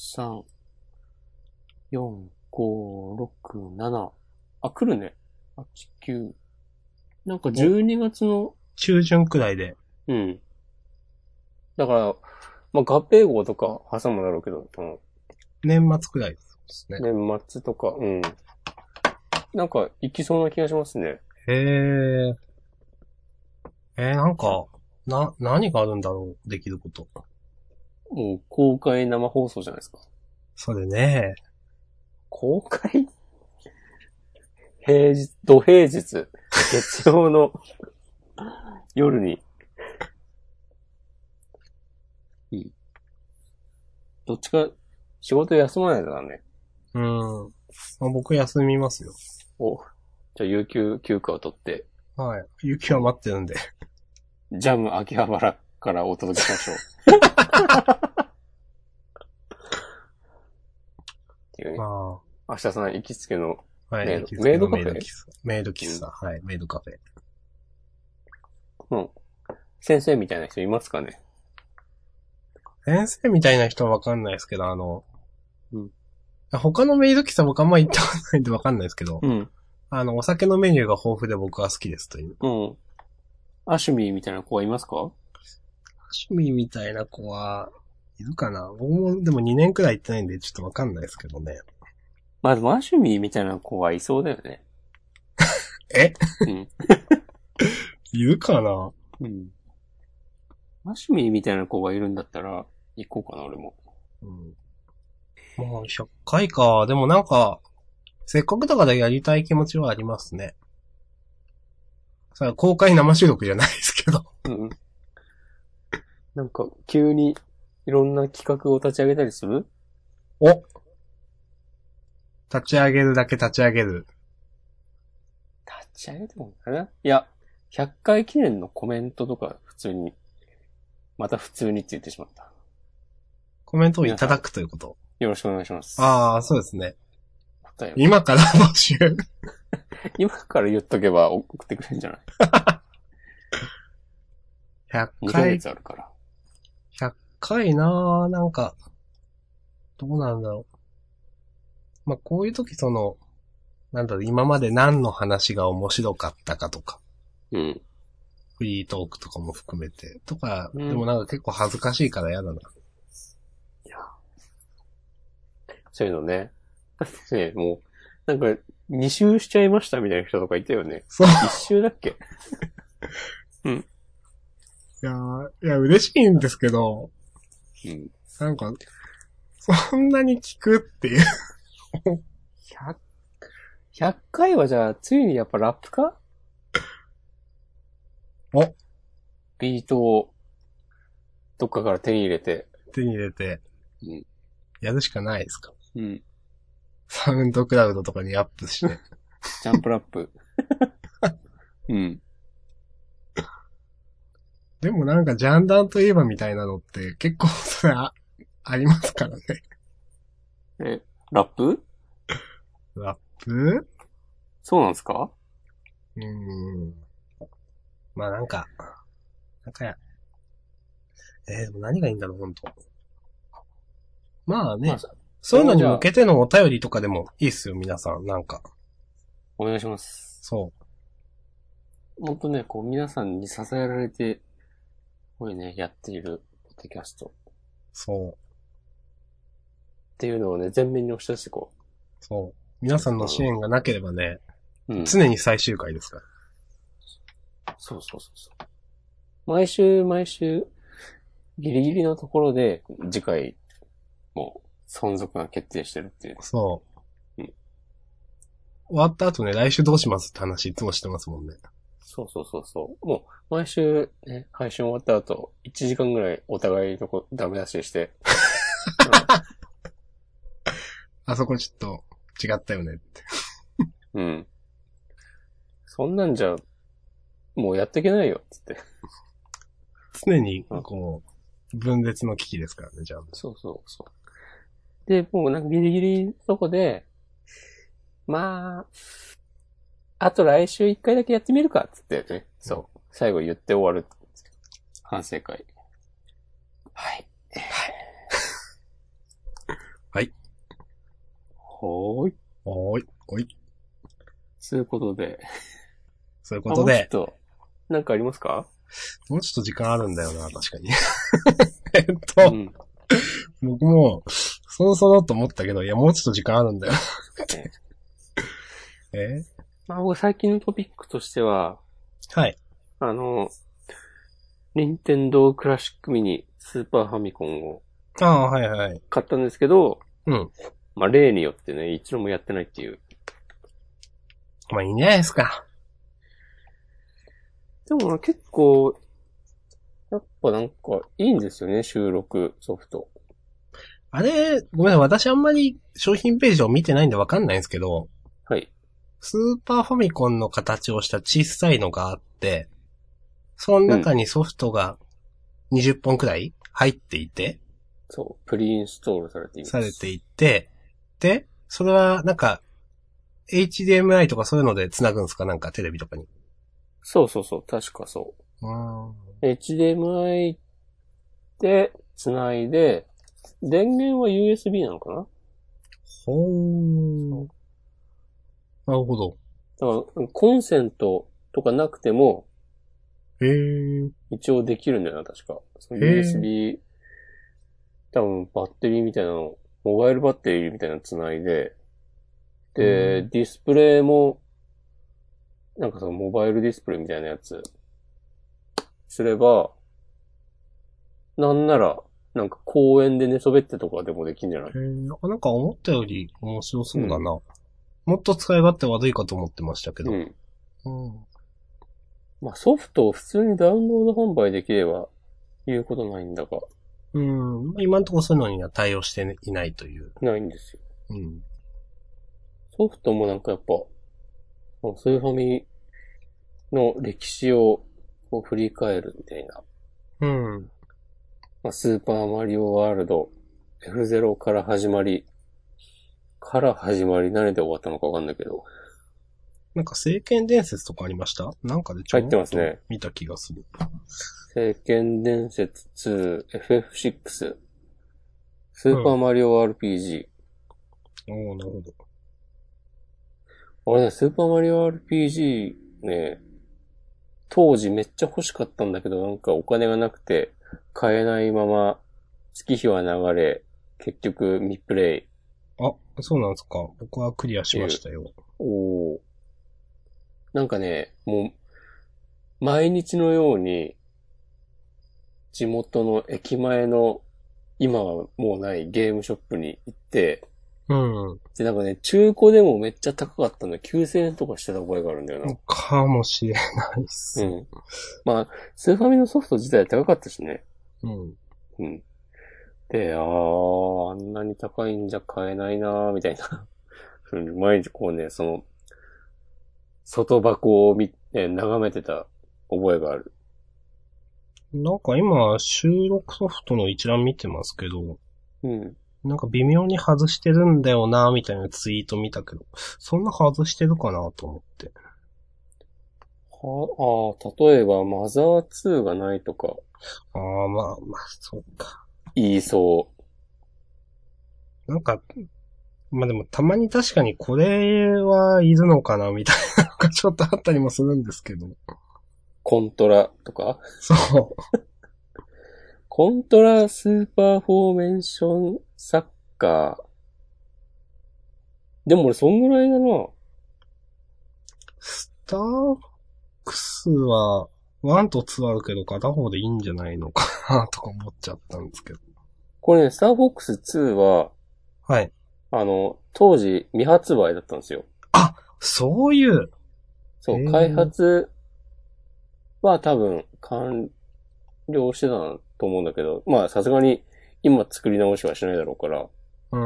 1、2、3、4、5、6、7。来るね。8、9。なんか12月の中旬くらいで。 うん。だから、合併号とか挟むだろうけど、 年末くらいですね。 年末とか、うん。なんか、行きそうな気がしますね。 なんか、何があるんだろう、できること。 もう、公開生放送じゃないですか。 それね。 公開土平日、月曜の夜に。どっちか仕事休まないとだね。 僕休みますよ。 じゃあ有給休暇を取って。 はい。有給は待ってるんで。 ジャム秋葉原からお届けしましょう。っていうね。明日さん行きつけのメイドカフェ？ メイド喫茶。はい、メイドカフェ。先生みたいな人いますかね？ 先生みたいな人はわかんないですけど、他のメイド喫茶僕あんま行ったことないんでわかんないですけど、お酒のメニューが豊富で僕は好きですという。 アシュミーみたいな子はいますか？ アシュミーみたいな子はいるかな？僕もでも2年くらい行ってないんでちょっとわかんないですけどね。 でもアシュミーみたいな子はいそうだよね。 いるかな？ アシュミーみたいな子がいるんだったら行こうかな、俺も。 100回か。でもなんか、せっかくだからやりたい気持ちはありますね。さあ、公開生収録じゃないですけど。 なんか、急にいろんな企画を立ち上げたりする？ 立ち上げるだけ立ち上げる。 立ち上げてもかな？いや、100回記念のコメントとか普通にって言ってしまった。 コメントをいただくということ。 よろしくお願いします。 そうですね。今から募集。 今から言っとけば送ってくれるんじゃない？ 100 2ヶ月あるから。 100回なんか、どうなんだろう。こういう時今まで何の話が面白かったかとか。フリートークとかも含めて。とか、でもなんか結構恥ずかしいから嫌だな。 いや。そういうのね。だってね、もう、なんか、2周しちゃいましたみたいな人とかいたよね。 そう。 1周だっけ？ いや、嬉しいんですけど、なんか、そんなに聞くっていう。 100回はじゃあ、ついにやっぱラップか？ビートを、どっかから手に入れて。 やるしかないですか？サウンドクラウドとかにアップして。 ジャンプラップ。 でもなんかジャンダンといえばみたいなのって結構それありますからね。 ラップ？ ラップ？ そうなんですか？ なんかでも何がいいんだろう、本当。そういうのに向けてのお便りとかでもいいっすよ、皆さん、なんか。 お願いします。 そう。 本当ね、こう皆さんに支えられて、こういうね、やっているポッドキャスト。 そう。 っていうのをね、前面に押し出してこう。 そう。皆さんの支援がなければね、常に最終回ですから。 そう。毎週、 ギリギリのところで、次回、もう、存続が決定してるっていう。 そう。 うん終わった後ね、来週どうしますって話いつもしてますもんね。 そうそうそうそう。もう、毎週、ね、配信終わった後、1時間ぐらいお互いのダメ出しして、 あそこちょっと違ったよねって。 うん。そんなんじゃ、もうやっていけないよ、つって。 常に、こう、分裂の危機ですからね、じゃあ。 そうそうそう。で、もうなんかギリギリのとこで、まあ、あと来週1回だけやってみるか、つってね。そう。最後言って終わる。反省会。はい。 はい。 ほーい。 おーい、おい。 そういうことで。 そういうことで。 もうちょっと、なんかありますか？ もうちょっと時間あるんだよな、確かに。 うん。 僕も、そろそろと思ったけど、いや、もうちょっと時間あるんだよ。 まあ僕最近のトピックとしては、 はい。 任天堂クラシックミニスーパーファミコンをああ、はいはい。 買ったんですけど、 うん。 まあ例によってね、一度もやってないっていう。 まあいいんじゃないですか。 でも結構、やっぱなんかいいんですよね、収録ソフト。 あれ、ごめんなさい、私あんまり商品ページを見てないんでわかんないんですけど、 はい。 スーパーファミコンの形をした小さいのがあって、そのうん。 中にソフトが20本くらい入っていて、 そう、プリインストールされています。 されていて、で、それはなんか、HDMI とかそういうので繋ぐんですかなんかテレビとかに。 そうそうそう、確かそう。HDMI で繋いで、電源は USB なのかな？ ほー。なるほど。 だから、コンセントとかなくても、 へー。 一応できるんだよな、確か。そのへー。 USB、多分バッテリーみたいなの、モバイルバッテリーみたいなの繋いで、で、 うん。 ディスプレイも、なんかそのモバイルディスプレイみたいなやつ、すれば、なんなら、なんか公園で寝そべってとかでもできんじゃない？ へー。なんか思ったより面白うん。 そうだな。もっと使い勝手悪いかと思ってましたけど。 うん。 うん。 まあソフトを普通にダウンロード販売できれば、言うことないんだが、 うん。今のところそういうのには対応していないという。 ないんですよ。 うん。 ソフトもなんかやっぱ、スーファミの歴史をこう振り返るみたいな。 うん。 まあ、スーパーマリオワールド F0 から始まり何で終わったのかわかんないけど、 なんか聖剣伝説とかありました？なんかでちょ入っろっとてますね。 見た気がする。 聖剣伝説2、FF6、スうん。 ーパーマリオ RPG。 おー、なるほど。 俺ね、スーパーマリオ RPG ね、当時めっちゃ欲しかったんだけど、なんかお金がなくて、買えないまま、月日は流れ、結局未プレイっあ、そうなんですか。僕はクリアしていう。 ましたよ。 おー。なんかね、もう、毎日のように、地元の駅前の、今はもうないゲームショップに行って、 うん。 で、なんかね、中古でもめっちゃ高かったの。9000円とかしてた覚えがあるんだよな。 かもしれないっす。 うん。まあ、スーファミのソフト自体高かったしね。 うん。 うん。で、あんなに高いんじゃ買えないなーみたいな。毎日こうね、その、外箱を眺めてた覚えがある。 なんか今、収録ソフトの一覧見てますけど、 うん。 なんか微妙に外してるんだよな、みたいなツイート見たけど、そんな外してるかなと思って。 例えば、マザー2がないとかああ、まあまあ、そうか。 言いそなんか、まあでもたまに確かにこれはいるのかな、みたいなのがちょっとあったりもするんですけど。 コントラとかそう。 コントラスーパーフォーメーションサッカー。でも俺そんぐらいだな。 スタークスは、 1と2あるけど片方でいいんじゃないのかなとか思っちゃったんですけど。 これね、スターフォックス2は、 はい。 当時未発売だったんですよ。 あ、そういう。 そう、開発は多分完了してたと思うんだけど、まあさすがに今作り直しはしないだろうから。 うん。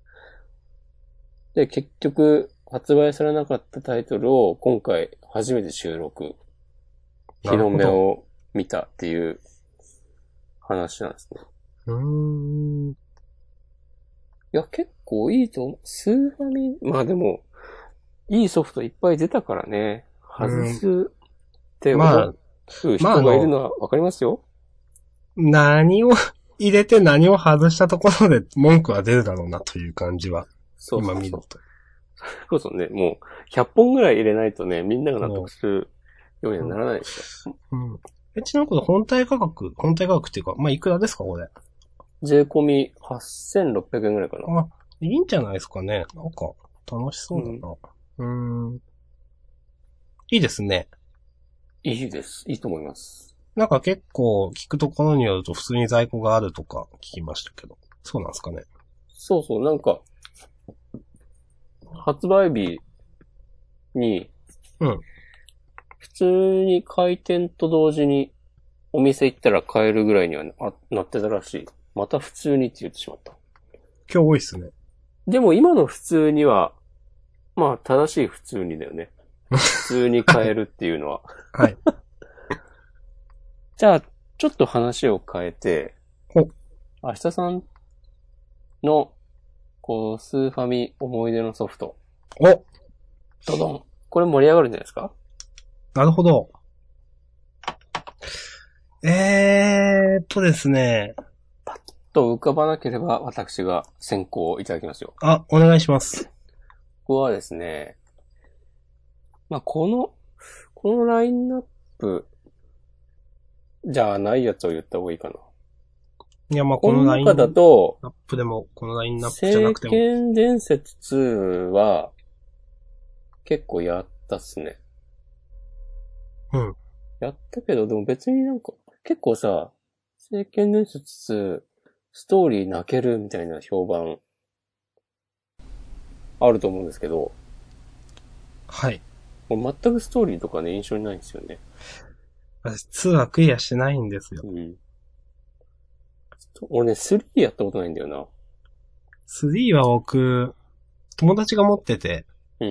で、結局発売されなかったタイトルを今回初めて収録。日の目を見たっていう話なんですね。いや、結構いいと思う。スーファミ、まあでも、いいソフトいっぱい出たからね。外すって思う人がいるのはわかりますよ。 何を入れて何を外したところで文句は出るだろうなという感じは。 そうそうそう。 今見ると。 それこそね、もう100本ぐらい入れないとね、みんなが納得するようにはならないですよ。 ちなみにこれ本体価格っていうか、まあ、いくらですかこれ。 税込み8600円ぐらいかな。 あ、いいんじゃないですかね。なんか、楽しそうだな。いいですね。 いいです。いいと思います。 なんか結構聞くところによると普通に在庫があるとか聞きましたけど。そうなんですかね。 そうそう、なんか、発売日に、普通に開店と同時にお店行ったら買えるぐらいにはなってたらしい。また普通にって言ってしまった。 今日多いっすね。 でも今の普通には、まあ正しい普通にだよね。普通に買えるっていうのは。 はい。 じゃあ、ちょっと話を変えて、明日さんの、こう、スーファミ思い出のソフト。ドドン。これ盛り上がるんじゃないですか？ なるほど。ですね。 パッと浮かばなければ私が先行いただきますよ。 あ、お願いします。 ここはですね、まあ、このラインナップじゃないやつを言った方がいいかな。 いや、まあ、このラインナ中だと、 ップでも、このラインナップじゃなくても。 聖剣伝説2は、結構やったっすね。やったけど、でも別になんか、結構さ、聖剣伝説2、ストーリー泣けるみたいな評判、あると思うんですけど。 はい。 もう全くストーリーとかね、印象にないんですよね。 私、2はクリアしてないんですよ。 俺ね、3やったことないんだよな。 3は僕、友達が持ってて、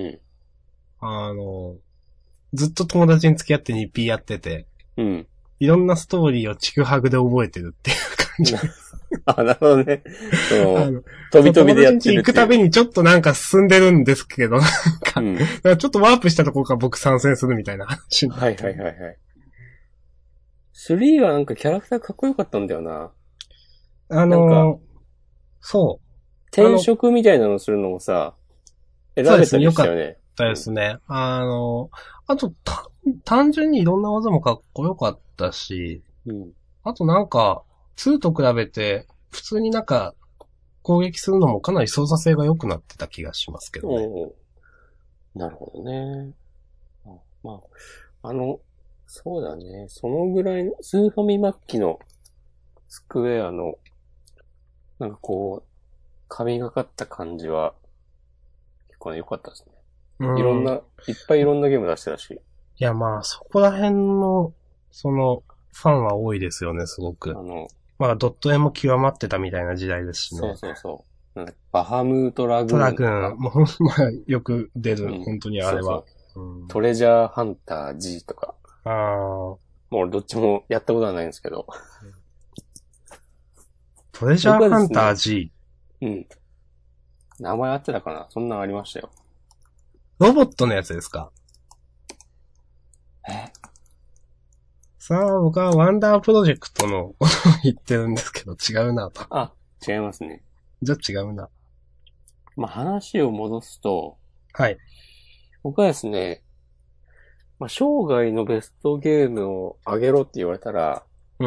うん。 ずっと友達に付き合って 2P やってて、 うん。 いろんなストーリーをちくはぐで覚えてるっていう感じ。 あ、なるほどね。飛び飛びでやってるっていう。 友達に行くたびにちょっとなんか進んでるんですけど、なんかちょっとワープしたところから僕参戦するみたいな話。 はいはいはいはい。3はなんかキャラクターかっこよかったんだよな。 そう。 転職みたいなのするのもさ、選べたりしたよね。 よかったですね。あと、単純にいろんな技もかっこよかったし、あとなんか、2と比べて、普通になんか、攻撃するのもかなり操作性が良くなってた気がしますけどね。 なるほどね。まあ、そうだね。そのぐらいの、スーファミ末期のスクエアの、なんかこう、神がかった感じは、結構ね、良かったですね。いっぱいいろんなゲーム出してたし。 いや、まあ、そこら辺の、ファンは多いですよね、すごく。まあ、ドット絵も極まってたみたいな時代ですしね。 そう。バハムートラグーン。 トラグーン、もう、まあ、よく出る、本当にあれは。 トレジャーハンター G とか。もうどっちもやったことはないんですけど。 トレジャーハンター G。 名前合ってたかな？そんなんありましたよ。 ロボットのやつですか？さあ、僕はワンダープロジェクトのことを言ってるんですけど、違うなと。 あ、違いますね。 じゃあ違うな。 まあ、話を戻すと、 はい。 僕はですね、まあ、生涯のベストゲームをあげろって言われたら、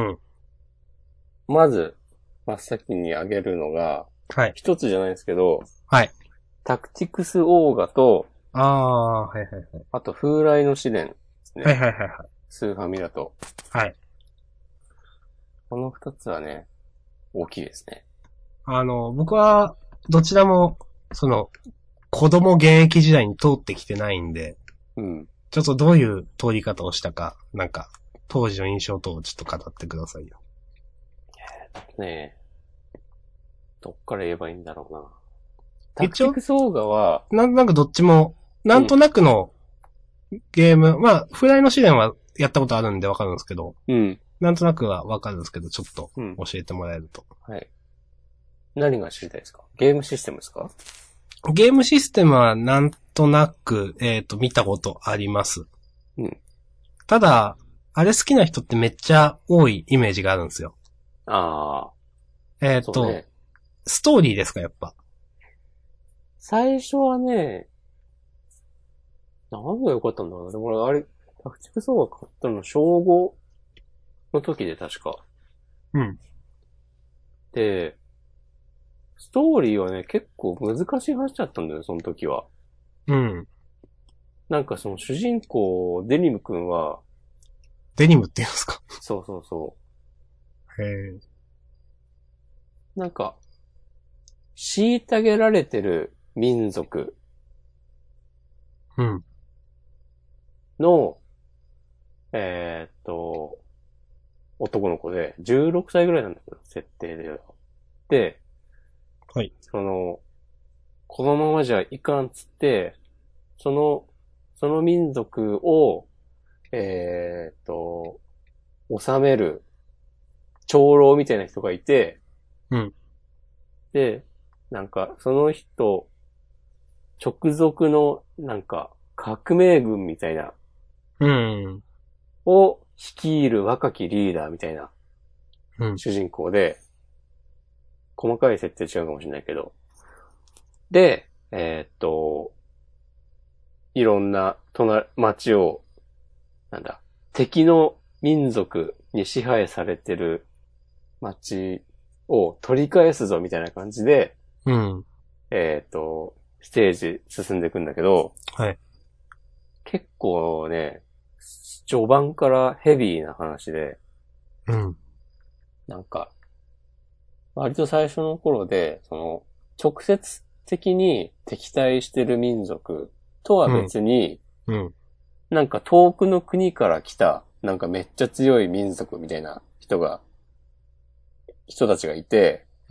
まず、真っ先にあげるのが、一つじゃないですけど、タクティクスオーガと、 あと、 風来の試練ですね。 スーファミだと。 はい。 この二つはね、大きいですね。 僕は、どちらも、子供現役時代に通ってきてないんで、 うん。 ちょっとどういう通り方をしたか、なんか、当時の印象等をちょっと語ってくださいよ。 ねえ。どっから言えばいいんだろうな。タク一応、 ティクスオーガは、 なんかどっちも、なんとなくのゲーム、まあ、フライの試練はやったことあるんでわかるんですけど、 うん。 なんとなくはわかるんですけど、ちょっとうん。 教えてもらえると。 はい。何が知りたいですか？ゲームシステムですか？ ゲームシステムはなんとなく、見たことあります。 うん。 ただ、あれ好きな人ってめっちゃ多いイメージがあるんですよ。 ああ、そうね。 ストーリーですか、やっぱ。 最初はね、何が良かったんだろうな。でも俺、あれ、タクティクスオーガ買ったの小5の時で確か。 うん。 で、ストーリーはね、結構難しい話だったんだよ、その時は。 うん。 なんかその主人公、デニム君は、 デニムって言うんですか？ そうそうそへえ。 う。なんか、虐げられてる民族うん。 の、男の子で、16歳ぐらいなんだけど、設定では。で、 はい。 このままじゃいかんっつって、その、その民族を、治める長老みたいな人がいて、 うん。 で、なんか、その人、直属の、なんか、革命軍みたいな、 うん。 を率いる若きリーダーみたいなうん。 主人公で、細かい設定違うかもしれないけど、で、いろんな街を、なんだ、敵の民族に支配されてる街を取り返すぞみたいな感じで、 うん。 ステージ進んでいくんだけど、 はい。 結構ね、序盤からヘビーな話で、 うん。 なんか、割と最初の頃で、直接的に敵対してる民族とはうん。 別に、 うん。 なんか遠くの国から来た、なんかめっちゃ強い民族みたいな人たちがいて、 うん。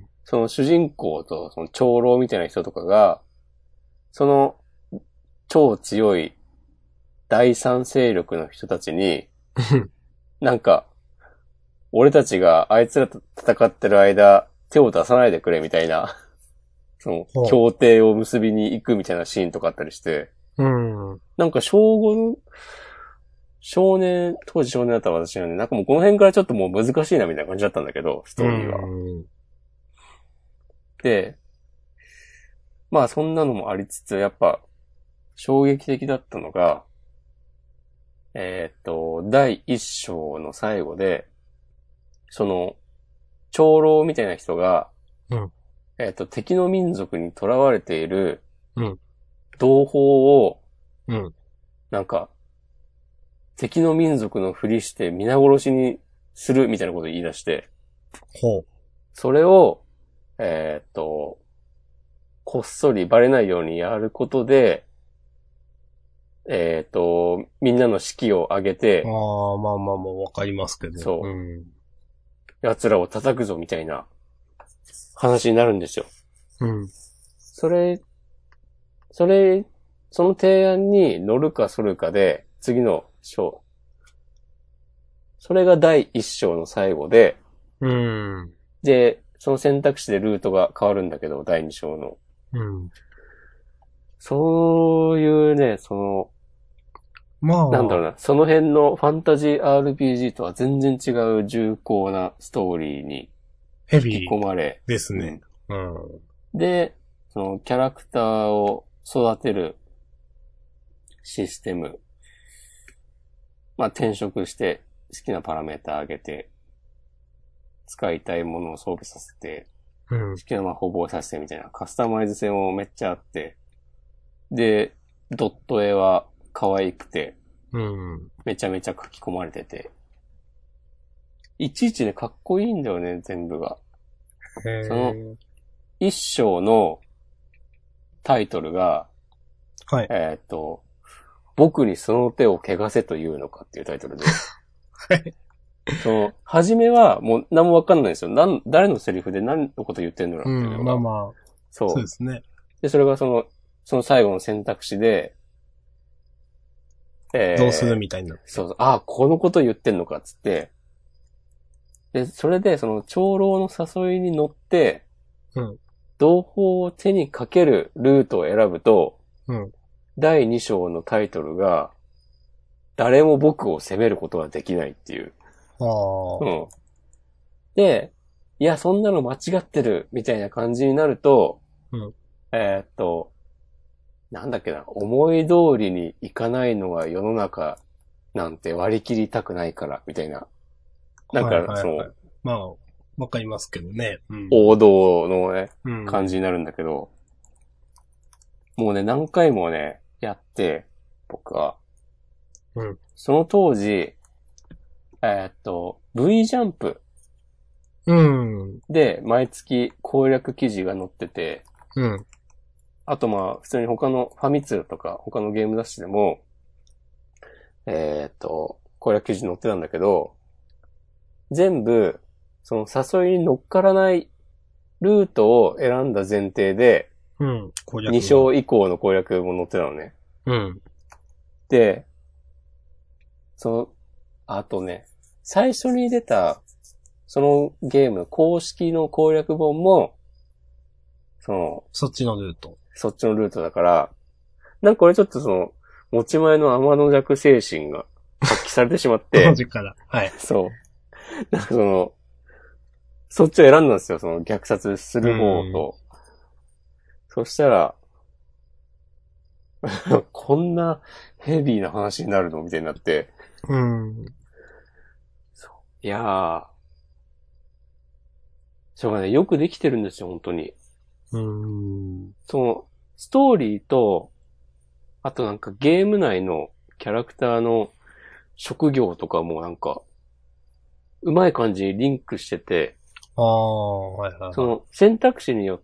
その主人公とその長老みたいな人とかが、その超強い第三勢力の人たちに、なんか、俺たちがあいつらと戦ってる間、手を出さないでくれみたいな、 ほ協定を結びに行くみたいなシーンとかあったりして、 う。うん。 なんか小5の当時少年だった私なんで、なんかもうこの辺からちょっともう難しいなみたいな感じだったんだけど、ストうーリーは。 ん。 で、まあそんなのもありつつ、やっぱ衝撃的だったのが、第一章の最後で、その、長老みたいな人が、 うん。 敵の民族に囚われているうん。 同胞を、 うん。 なんか、敵の民族のふりして皆殺しにするみたいなことを言い出して、 ほう。 それを、こっそりバレないようにやることで、みんなの士気を上げあて、 あ、まあまあまあ、わかりますけど。うそう、 ん。 奴らを叩くぞみたいな話になるんですよ。 うん。 それ、それ、その提案に乗るか反るかで、次の章。それが第一章の最後で、 うん。 で、その選択肢でルートが変わるんだけど、第二章の。 うん。 そういうね、 まあ、 なんだろうな、その辺のファンタジー RPG とは全然違う重厚なストーリーに引きヘビー込まれ、 ですね。 うん。 うん。 で、そのキャラクターを育てるシステム。まあ、転職して好きなパラメータ上げて、使いたいものを装備させて、 うん。 好きな魔法覚えさせてみたいなカスタマイズ性もめっちゃあって、で、ドット絵は可愛くて、 うん。 めちゃめちゃ書き込まれてて。いちいちね、かっこいいんだよね、全部が。その、一章のタイトルが、 はい。 僕にその手を汚せというのかっていうタイトルで。 はい。 初めはもう何もわかんないんですよ。誰のセリフで何のこと言ってんのかっていうのが。 まあまあ。 そう。 そうですね。 で、それがその最後の選択肢で、 どうするみたいになって。 そうそう、あ、このこと言ってんのかっつって、で、それでその長老の誘いに乗って、 うん。 同胞を手にかけるルートを選ぶと、 うん。 第2章のタイトルが、誰も僕を責めることはできないっていう。 ああ。 うん。で、いや、そんなの間違ってる、みたいな感じになると、 うん。 なんだっけな、思い通りにいかないのが世の中なんて割り切りたくないから、みたいな。なんはいか、 はいはい。まあ、わかりますけどね。うん。 王道のね、 うん。 感じになるんだけど、もうね、何回もね、やって、僕は。 うん。 その当時、V ジャンプうん。 で毎月攻略記事が載ってて、 うん。 あとまあ、普通に他のファミ通とか他のゲーム雑誌でも、攻略記事載ってたんだけど、全部、その誘いに乗っからないルートを選んだ前提で、 うん。攻略 2章以降の攻略も載ってたのね。 うん。 で、あとね、最初に出た、そのゲーム公式の攻略本も、 そっちのルート。 そっちのルートだから、なんかこれちょっと持ち前の天の弱精神が発揮されてしまっ当て、 時から。はい。 そう。なんかそっちを選んだんですよ、その虐殺する方と。そしたら、こんなヘビーな話になるのみたいになって。 うん。 そういやー、しょうがない。よくできてるんですよ、本当に。 うん。 ストーリーと、あとなんかゲーム内のキャラクターの職業とかもなんか、うまい感じにリンクしてて、 ああ、はいはいはい。 選択肢によって、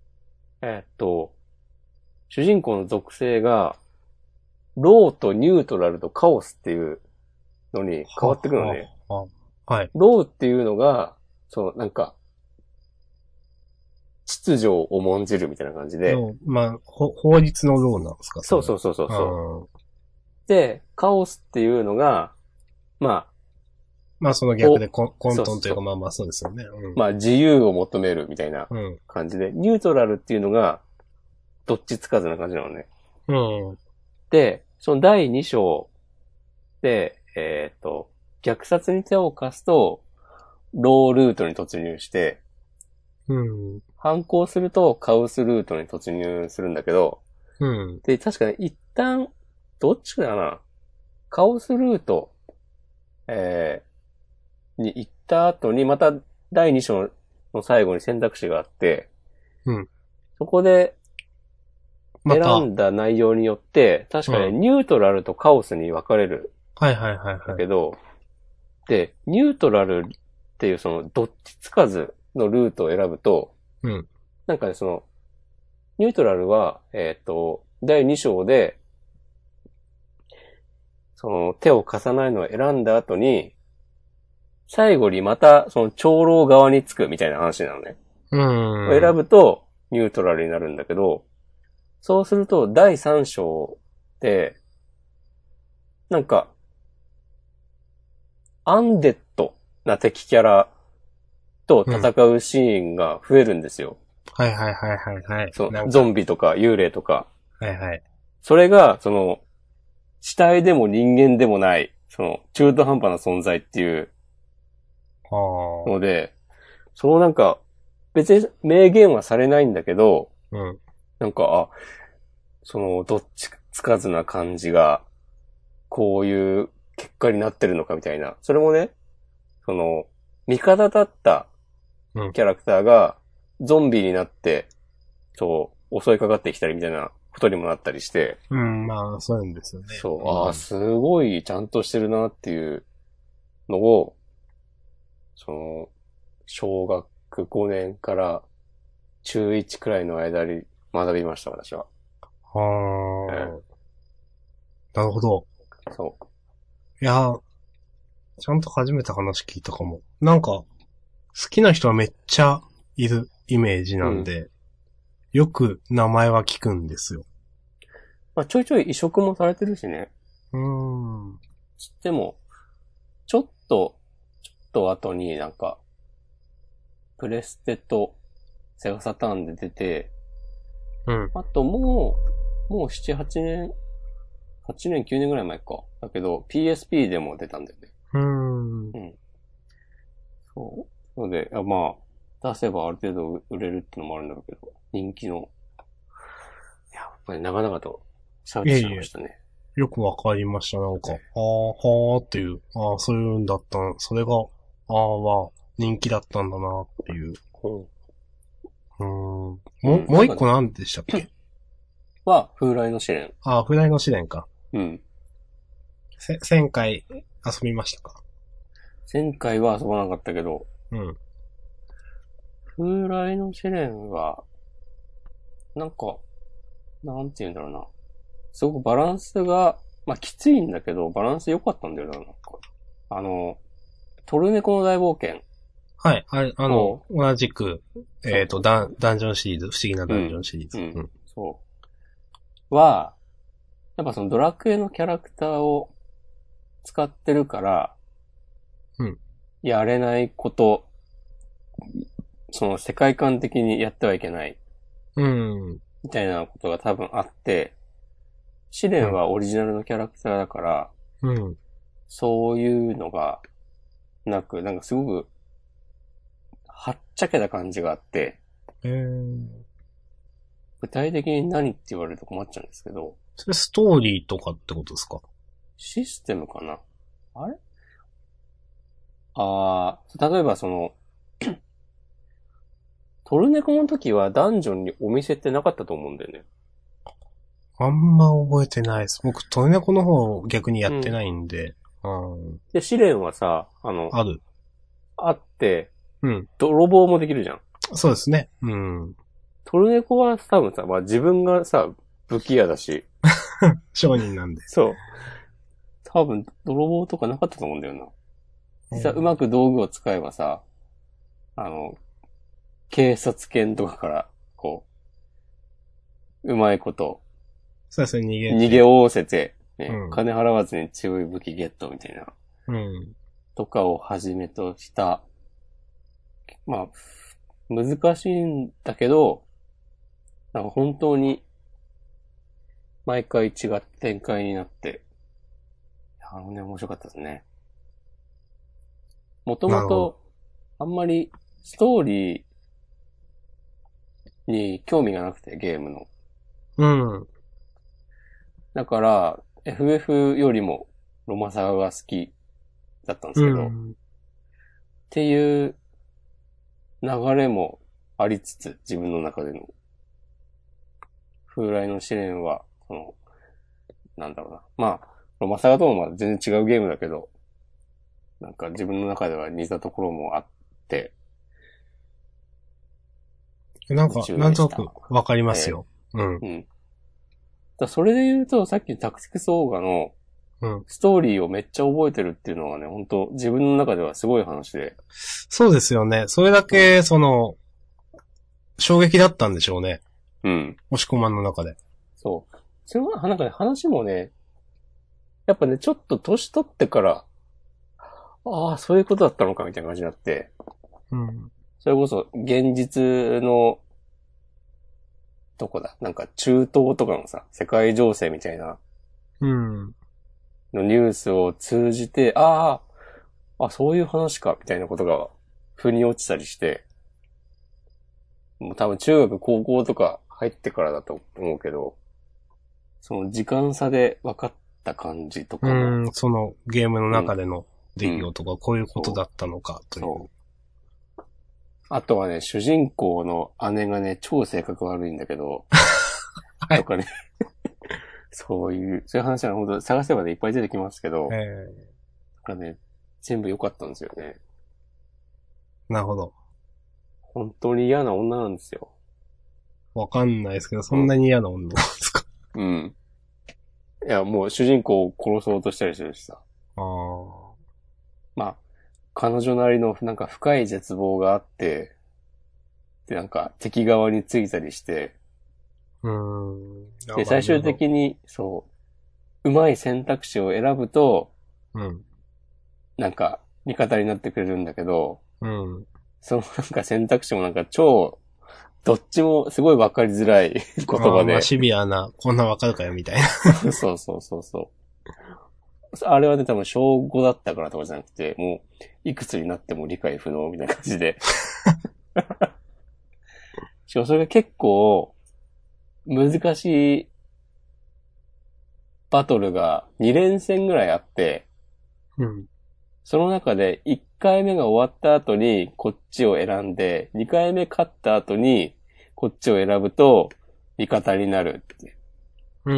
主人公の属性が、ローとニュートラルとカオスっていうのに変わってくるのね。 はい。 ローっていうのが、なんか、秩序を重んじるみたいな感じで。 まあ、法律のローなんですか？ そうそうそうそう。で、カオスっていうのが、まあ、 まあその逆で混沌というか、 そうまあまあそうですよね。うん、 まあ自由を求めるみたいな感じで、ニュートラルっていうのが、どっちつかずな感じなのね。 うん。 で、その第2章で、虐殺に手を貸すと、ロールートに突入して、 うん。 反抗するとカオスルートに突入するんだけど、 うん。 で、確かに一旦、どっちかな、カオスルート、に行った後に、また第2章の最後に選択肢があって、 うん。 そこでまた。 選んだ内容によって、確かにニュートラルとカオスに分かれる。 はいはいはいはい。 だけど、で、ニュートラルっていうどっちつかずのルートを選ぶと、 うん。 なんかね、ニュートラルは、第2章で、手を貸さないのを選んだ後に、最後にまた、長老側につくみたいな話なのね。 うん。 選ぶと、ニュートラルになるんだけど、そうすると、第3章で、なんか、アンデッドな敵キャラと戦うシーンが増えるんですよ。 はいはいはいはいはい。 ゾンビとか幽霊とか。 はいはい。 それが、死体でも人間でもない、中途半端な存在っていうので、なんか、別に明言はされないんだけど、 うん。 なんか、どっちつかずな感じが、こういう結果になってるのかみたいな。それもね、味方だったキャラクターが、ゾンビになって、襲いかかってきたりみたいなことにもなったりして。 うん、まあ、そうなんですよね。 そう、ああ、すごいちゃんとしてるなっていうのを、小学5年から中1くらいの間に学びました、私は。 はあ、なるほど。 そう。 いや、ちゃんと初めて話聞いたかも。なんか、好きな人はめっちゃいるイメージなんで、よく名前は聞くんですよ。 まあ、ちょいちょい移植もされてるしね。でも、ちょっと後になんか、プレステとセガサターンで出て、あともう7、8年、8年、9年ぐらい前か。だけど、PSP でも出たんだよね。そう。ので、まあ、出せばある程度売れるってのもあるんだけど、人気の。やっぱり長々と喋ってしまいましたね。 よくわかりました、なんか。はーっていう。そういうんだったん、それが、人気だったんだなっていう。もう一個何でしたっけは、風来の試練。 風来の試練か。1000回遊びましたか 1000回は遊ばなかったけど、風来の試練は、なんか、なんて言うんだろうな。すごくバランスが、まあ、きついんだけど、バランス良かったんだよな、なんか。トルネコの大冒険。 はい。同じく、ダンジョンシリーズ、不思議なダンジョンシリーズ。 そう。は、やっぱそのドラクエのキャラクターを使ってるから、やれないこと、その世界観的にやってはいけない。みたいなことが多分あって、試練はオリジナルのキャラクターだから、そういうのがなく、なんかすごく、はっちゃけた感じがあって、具体的に何って言われると困っちゃうんですけど。 それストーリーとかってことですか？ システムかな？あれ？例えばトルネコの時はダンジョンにお店ってなかったと思うんだよね。 あんま覚えてないです。僕、トルネコの方逆にやってないんで。 で、試練はさ、あって、泥棒もできるじゃん。 そうですね。 トルネコは多分さ、まあ自分がさ、武器屋だし。 商人なんで。 そう。多分、泥棒とかなかったと思うんだよな。実はうまく道具を使えばさ、警察犬とかから、うまいこと、 そうですね、 逃げおおせて、金払わずに強い武器ゲットみたいな。とかをはじめとした、まあ、難しいんだけど、なんか本当に、毎回違った展開になって、面白かったですね。もともと、あんまりストーリーに興味がなくて、ゲームの。だから、FF よりもロマサガが好きだったんですけど、っていう流れもありつつ、自分の中での。風来の試練は、なんだろうな。まあ、ロマサガとも全然違うゲームだけど、なんか自分の中では似たところもあって、 なんとなくわかりますよ。 それで言うと、さっきタクティクスオーガの、ストーリーをめっちゃ覚えてるっていうのがね、本当自分の中ではすごい話で。 そうですよね。それだけ、衝撃だったんでしょうね。押し込まんの中で。 そう。それは、なんかね、話もね、やっぱね、ちょっと年取ってから、そういうことだったのかみたいな感じになって。それこそ、現実の、どこだなんか中東とかのさ、世界情勢みたいな、のニュースを通じて、そういう話か、みたいなことが、腑に落ちたりして、もう多分中学、高校とか入ってからだと思うけど、その時間差で分かった感じとかも。 そのゲームの中での出来事がこういうことだったのかという。 あとはね、主人公の姉がね、超性格悪いんだけど、 はいとかね。そういう話は本当探せばね、いっぱい出てきますけど、だからね、全部良かったんですよね。 なるほど。 本当に嫌な女なんですよ。 わかんないですけど、そんなに嫌な女なんですか？ うん。いや、もう主人公を殺そうとしたりするしさ。 ああ。 まあ、彼女なりのなんか深い絶望があって、で、なんか敵側についたりして、で、最終的に、そう、うまい選択肢を選ぶと、 うん。 なんか、味方になってくれるんだけど、 うん。 そのなんか選択肢もなんか超、どっちもすごいわかりづらい言葉で。 まあ、シビアな、こんなわかるかよ、みたいな。 そうそうそうそう。あれはね、多分小5だったからとかじゃなくて、もう、いくつになっても理解不能みたいな感じで。しかもそれが結構、難しいバトルが2連戦ぐらいあって、 うん。 その中で1回目が終わった後にこっちを選んで、2回目勝った後にこっちを選ぶと味方になるって。 うん。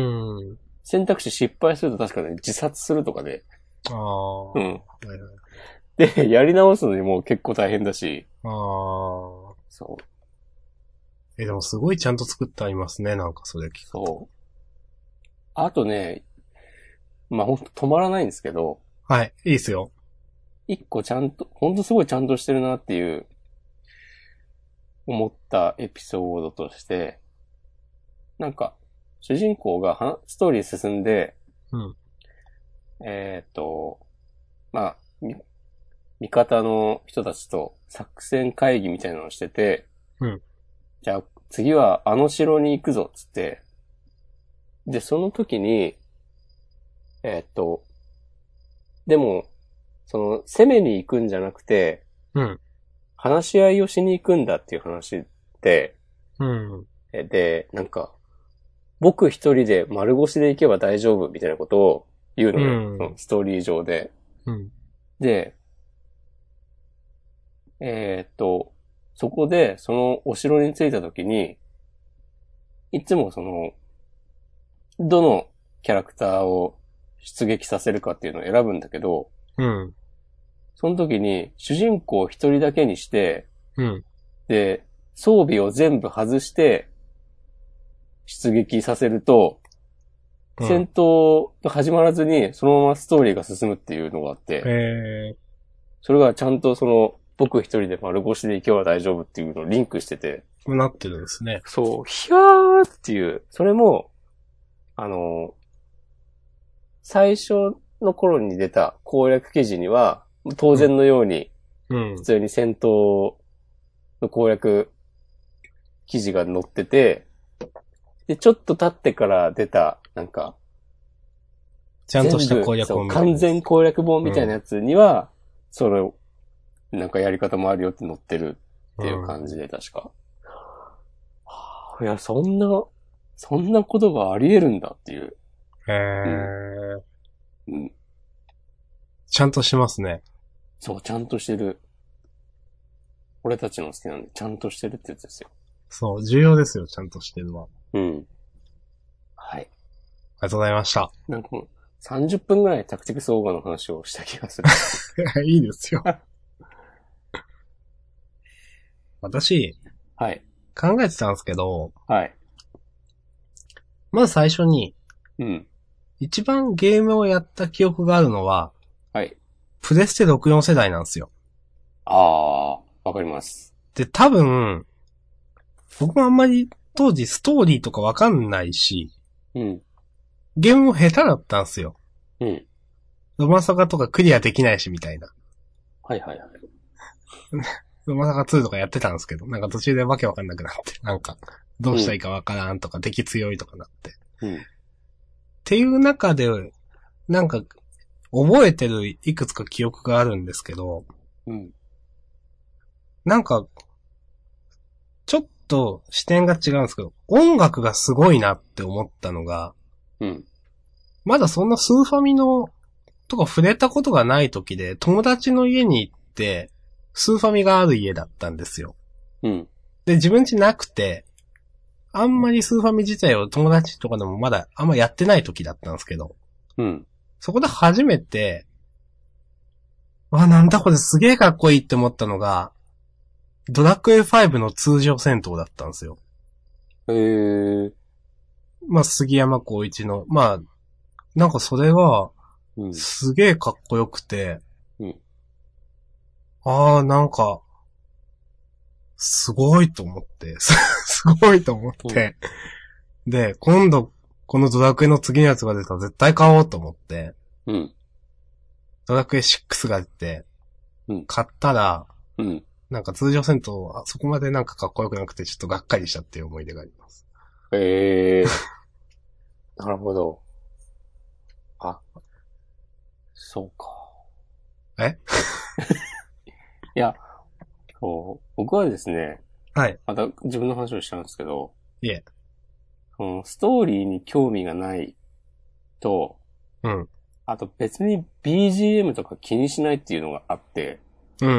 選択肢失敗すると確かに自殺するとかで。 ああ。 うん。 はいはい、 で、やり直すのにもう結構大変だし。 ああ。 そう。 でもすごいちゃんと作ってありますね、なんかそれ聞く。 そう。あとね、まあ、ほんと止まらないんですけど、 はい、いいっすよ。 一個ちゃんと、ほんとすごいちゃんとしてるなっていう、思ったエピソードとして、なんか、主人公がストーリー進んで、 うん。 まあ、味方の人たちと作戦会議みたいなのをしてて、 うん。 じゃあ次はあの城に行くぞっつって、で、その時に、でも、攻めに行くんじゃなくて、 うん。 話し合いをしに行くんだっていう話で、 うん。 で、なんか、僕一人で丸腰で行けば大丈夫みたいなことを言うのよ。そのストーリー上で。 うん。 で、そこで、そのお城に着いた時に、いつもどのキャラクターを出撃させるかっていうのを選ぶんだけど、 うん。 その時に主人公一人だけにして、 うん。 で、装備を全部外して出撃させると、戦闘が始まらずにそのままストーリーが進むっていうのがあって、それがちゃんと僕一人で丸腰で行けば大丈夫っていうのをリンクしてて。 なってるんですね。 そう、ひゃーっていう、それも、最初の頃に出た攻略記事には、当然のように、普通に戦闘の攻略記事が載ってて、で、ちょっと経ってから出た、なんか、 ちゃんとした攻略本みたいな。 完全攻略本みたいなやつには、なんかやり方もあるよって載ってるっていう感じで、確か。いや、そんなことがあり得るんだっていう。うん。 ちゃんとしますね。 そう、ちゃんとしてる。俺たちの好きなんで、ちゃんとしてるってやつですよ。 そう、重要ですよ、ちゃんとしてるのは。 うん。はい。 ありがとうございました。 なんか30分ぐらいタクティクスオーガの話をした気がする。 いいですよ。私、 はい。 考えてたんですけど、 はい。 まず最初に、 うん。 一番ゲームをやった記憶があるのは、 はい。 プレステ64世代なんですよ。 わかります。 で、多分、僕もあんまり当時ストーリーとかわかんないし、 うん。 ゲームも下手だったんですよ。 うん。 ロマサガとかクリアできないしみたいな。 はいはいはい。 ロマサガ2とかやってたんですけど、なんか途中でわけわかんなくなって、なんか、どうしたらいいかわからんとか、敵強いとかなって。 うん。 っていう中で、なんか、覚えてるいくつか記憶があるんですけど、 うん。 なんか、ちょっと視点が違うんですけど、音楽がすごいなって思ったのが、 うん。 まだそんなスーファミのとか触れたことがない時で、友達の家に行って、スーファミがある家だったんですよ。 うん。 で、自分家なくて、 あんまりスーファミ自体を友達とかでもまだあんまやってない時だったんですけど、 うん。 そこで初めて、なんだこれすげえかっこいいって思ったのが、ドラクエ5の通常戦闘だったんですよ。 へえ。 杉山浩一の、なんかそれが、 うん。 すげえかっこよくて、 うん。 なんか、すごいと思って、すごいと思って、で、今度、このドラクエの次のやつが出たら絶対買おうと思って、 うん。 ドラクエ6が出て、 うん。 買ったら、 うん。 なんか通常戦闘はそこまでなんかかっこよくなくてちょっとがっかりしたっていう思い出があります。 へえ。なるほど。あ、そうか。 えいや、僕はですね、 はい。 また自分の話をしたんですけど、 いえ。 ストーリーに興味がないと、 うん。 あと別に BGM とか気にしないっていうのがあって、 うん。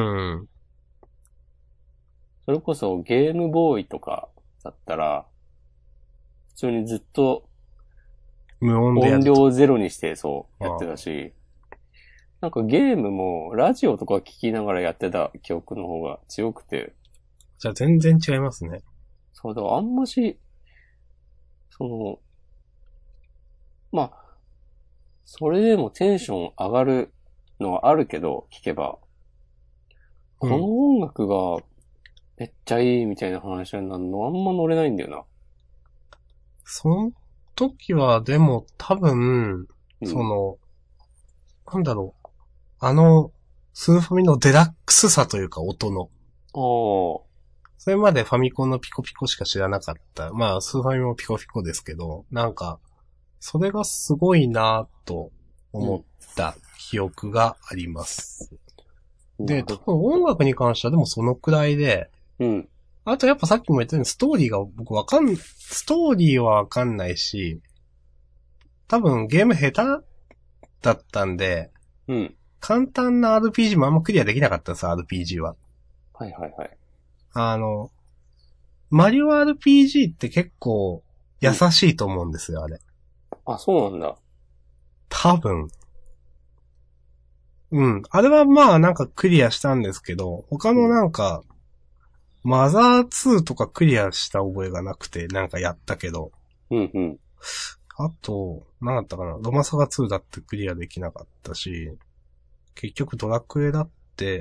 それこそゲームボーイとかだったら、普通にずっと無音でや音ると。 量ゼロにしてそうやってあたし、なんかゲームもラジオとか聞きながらやってた記憶の方が強くて、 じゃあ全然違いますね。 そうだ、あんまし、その、まあ、それでもテンション上がるのはあるけど、聞けば、このうん。 音楽がめっちゃいいみたいな話になるのあんま乗れないんだよな。 その時はでも多分、 うん。 なんだろう。スーファミのデラックスさというか音の。 ああ、 それまでファミコンのピコピコしか知らなかった。スーファミもピコピコですけど、なんか、それがすごいなぁと思っうん。 た記憶があります。で、多なる分音楽に関してはでもそのくらいで、 うん。 あとやっぱさっきも言ったようにストーリーが僕ストーリーはわかんないし、多分ゲーム下手だったんで、 うん。 簡単な RPG もあんまクリアできなかったんです、RPG は。 はいはいはい。 あの、マリオ RPG って結構優うん。 しいと思うんですよ、あれ。 あ、そうなんだ。 多分。うん。あれはなんかクリアしたんですけど、他のうん。 なんか、マザー2とかクリアした覚えがなくて、なんかやったけど。 うんうん。 あと、なんだったかな、ロマサガ2だってクリアできなかったし、結局ドラクエだって、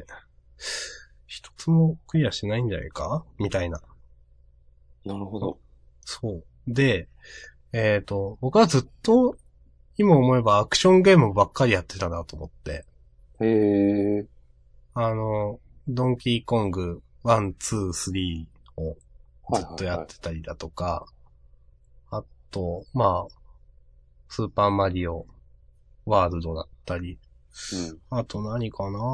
一つもクリアしてないんじゃないかみたいな。 なるほど。 そう。で、僕はずっと、今思えばアクションゲームばっかりやってたなと思って。 へえ。 あの、ドンキーコング1、2、3をはいずっとやっはいはい。 てたりだとか、あと、スーパーマリオワールドだったり、 うん。 あと何かな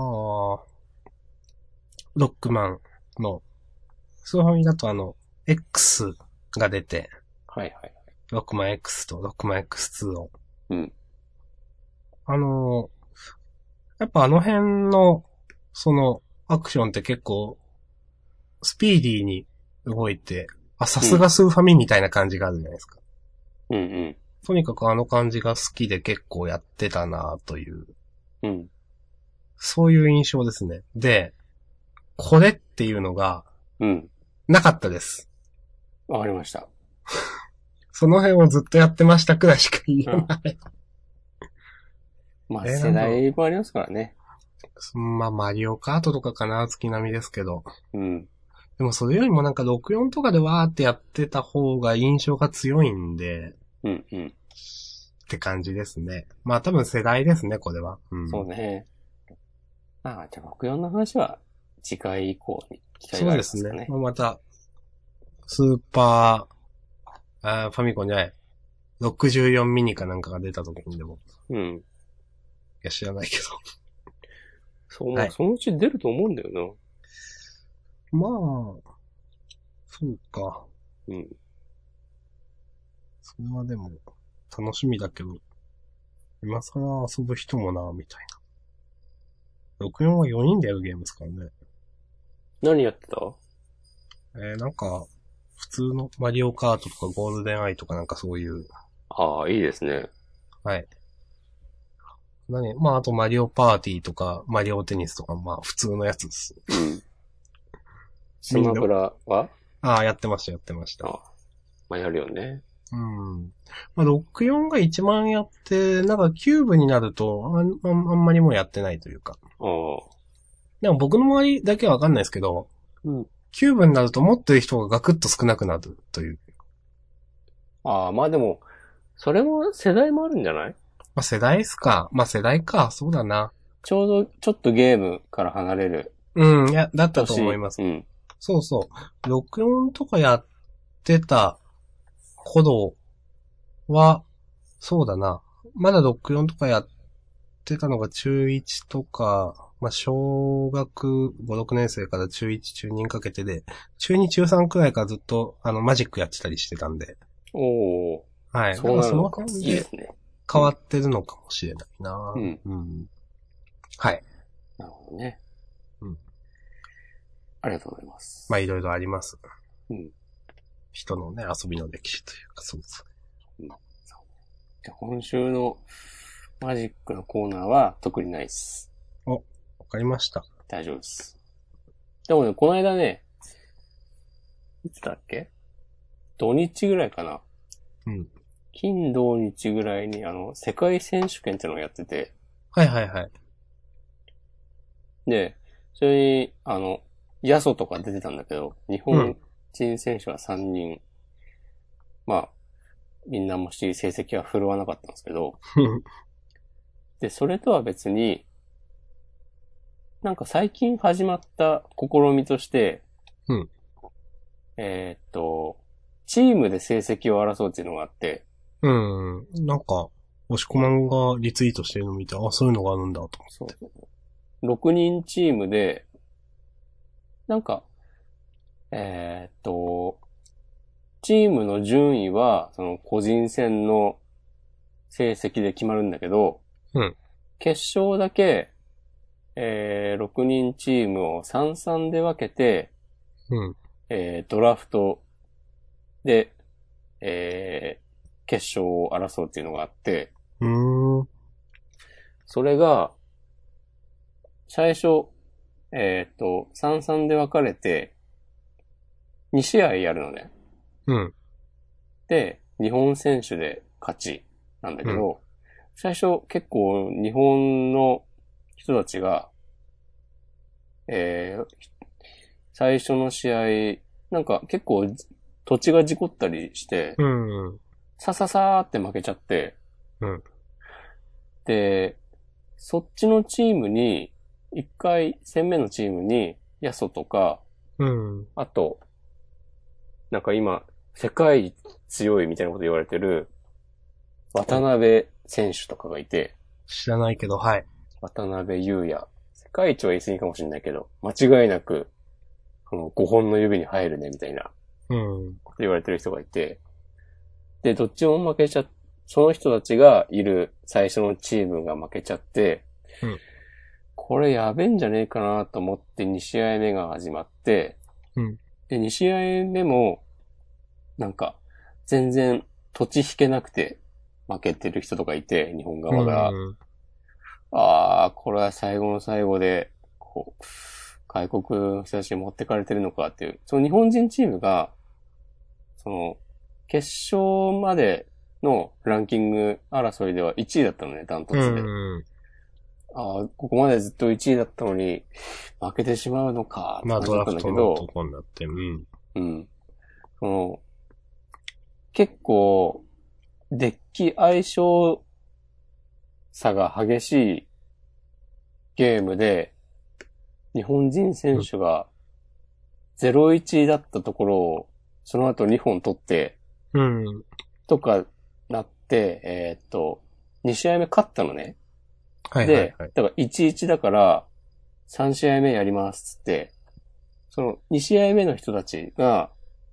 ロックマンの、スーファミだとX が出て、 はいはい。 ロックマン X とロックマン X2 を。 うん。 あのやっぱあの辺の、アクションって結構、スピーディーに動いて、さうん。 すがスーファミみたいな感じがあるじゃないですか。 うんうん。 とにかくあの感じが好きで結構やってたなという、 うん。 そういう印象ですね。で、これっていうのが、 うん。 なかったです。 わかりました。 その辺をずっとやってましたくらいしか言うん。 えない。 まあ、 な世んだろ代もありますからね。 う。マリオカートとかかな、月並みですけど。 うん。 でもそれよりもなんか64とかでわーってやってた方が印象が強いんで、 うん、うん。 って感じですね。多分世代ですね、これは。うん。 そうね。まあ、じゃあ、64の話は、次回以降に機会がありまそうですね。 すかね。 また、スーパー、ファミコンじゃない。64ミニかなんかが出た時にでも。 うん。 いや、知らないけど。 そう、まあ、 はい。 そのうち出ると思うんだよまあ、そうか。 な。うん。 それはでも、楽しみだけど、今更遊ぶ人もな、みたいな。64は4人でやるゲームですからね。 何やってた？ なんか、 普通のマリオカートとかゴールデンアイとかなんかそういう。 ああ、いいですね。 はい。まあ、あとマリオパーティーとか、マリオテニスとか、まあ、普通のやつです。 うん。スマブラはああ、やってました、 ああ、まあ、やるよね。 うん。まあ、64が一番やって、なんかキューブになると、あんまりもうやってないというか。 ああ。 でも僕の周りだけはわかんないですけど、 うん。 キューブになると持ってる人がガクッと少なくなるという。 ああ、まあでも、それも世代もあるんじゃない？ まあ世代っすか。まあ世代か。そうだな。 ちょうどちょっとゲームから離れるうん、いや、だったと思い年。 ます。 うん。 そうそう。64とかやってた頃は、そうだな。まだ64とかやってたのが中1とか、まあ、小学5、6年生から中1、中2にかけてで、中2、中3くらいからずっと、マジックやってたりしてたんで。 おー。 はい。だそうからそのなるのか。 辺でいいですね。 変わってるのかもしれないな。 うん。 うん。はい。 なるほどね。 うん。 ありがとうございます。 まあ、いろいろあります。 うん。 人のね、遊びの歴史というか、そうですね。 うん。そうじゃあ今週のマジックのコーナーは特にないです。 お、わかりました。 大丈夫です。でもね、この間ね、いつだっけ？土日ぐらいかな。 うん。 金土日ぐらいに世界選手権ってのをやってて、 はいはいはい。 で、それに、ヤソとか出てたんだけど、日本人選手は3人、まあ、みんなもし成績は振るわなかったんですけど、で、それとは別に、なんか最近始まった試みとして、 うん。 チームで成績を争うっていうのがあって、 うん。なんか、押し込まんがリツイートしてるの見て、あ、そういうのがあるんだと思って。 そう。6人チームで、なんか、チームの順位は、その個人戦の成績で決まるんだけど、 うん。 決勝だけ、6人チームを3-3で分けて、 うん。 ドラフトで、決勝を争うっていうのがあって、 うーん。 それが、最初、3-3で分かれて、2試合やるのね。 うん。 で、日本選手で勝ちなんだけうん。 ど、最初結構日本の人たちが、えー、最初の試合、なんか結構土地が事故ったりして、 うん。 さささーって負けちゃって、 うん。 で、そっちのチームに、一回、戦目のチームに、ヤソとか、 うん。 あと、なんか今、世界強いみたいなこと言われてる、渡辺選手とかがいて、 知らないけど、はい。 渡辺優也。世界一は言い過ぎかもしれないけど、間違いなく、この5本の指に入るね、みたいな、 うん。 言われてる人がいて、で、どっちも負けちゃ、その人たちがいる最初のチームが負けちゃって、 うん。 これやべえんじゃねえかなと思って2試合目が始まって、 うん。 で、2試合目も、なんか、全然土地引けなくて負けてる人とかいて、日本う側が、 ん。 ああ、これは最後の最後で、こう、外国の人たちに持ってかれてるのかっていう、その日本人チームが、その、決勝までのランキング争いでは1位だったのね、ダントうツで。 ん。 ああ、ここまでずっと1位だったのに、負けてしまうのか、ってまあ、 感じだったんドラフトだけど、 のとこになって、うん。 うん。その、結構、デッキ相性差が激しいゲームで、日本人選手が0-1だったところを、その後2本取って、 うん。 とかなって、2試合目勝ったのね。で、 はいはいはい。 だから1-1だから、3試合目やりますっつって、その2試合目の人たちが、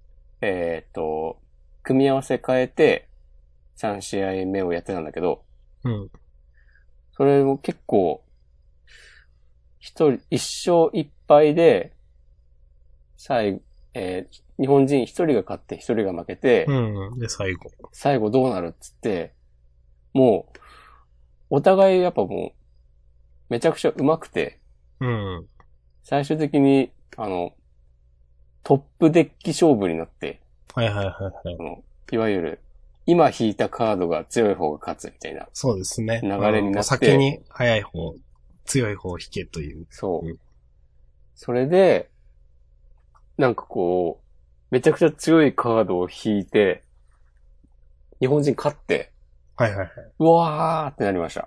組み合わせ変えて、3試合目をやってたんだけど、 うん。 それも結構、一勝一敗で、最日本人一人が勝って一人が負けて、 うん。で、 最後どうなるっつって、もう、お互いやっぱもう、めちゃくちゃ上手くて、 うん。 最終的に、トップデッキ勝負になって、 はいはいはいはい。 いわゆる、今引いたカードが強い方が勝つみたいなそうですね。 流れになって、 先に早い方、強い方を引けという。 そう。 うん、 それで、なんかこう、めちゃくちゃ強いカードを引いて、日本人勝って、 はいはいはい。 うわーってなりました。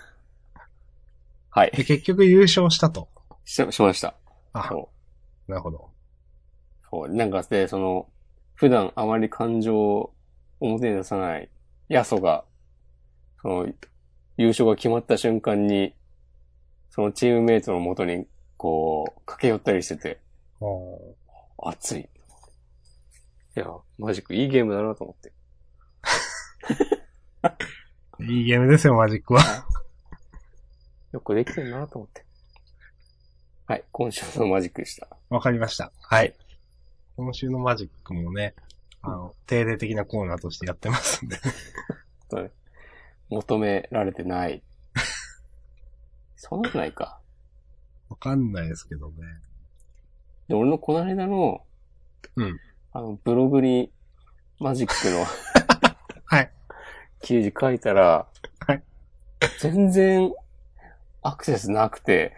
はい。 で、結局優勝したと。 しました。 あ、 そなるほど。 そう。なんかで、普段あまり感情を表に出さないヤソが、優勝が決まった瞬間に、そのチームメイトの元に、こう、駆け寄ったりしてて、熱い。いや、マジックいいゲームだなと思って。 いいゲームですよ、マジックは。 よくできてるなと思って。はい、今週のマジックでした。 わかりました。はい。今週のマジックもね、定例的なコーナーとしてやってますんで。 求められてない。そんなことないか。 わかんないですけどね。 で、俺のこの間の、 うん。 ブログにマジックのはい。 記事書いたら、 はい。 全然アクセスなくて、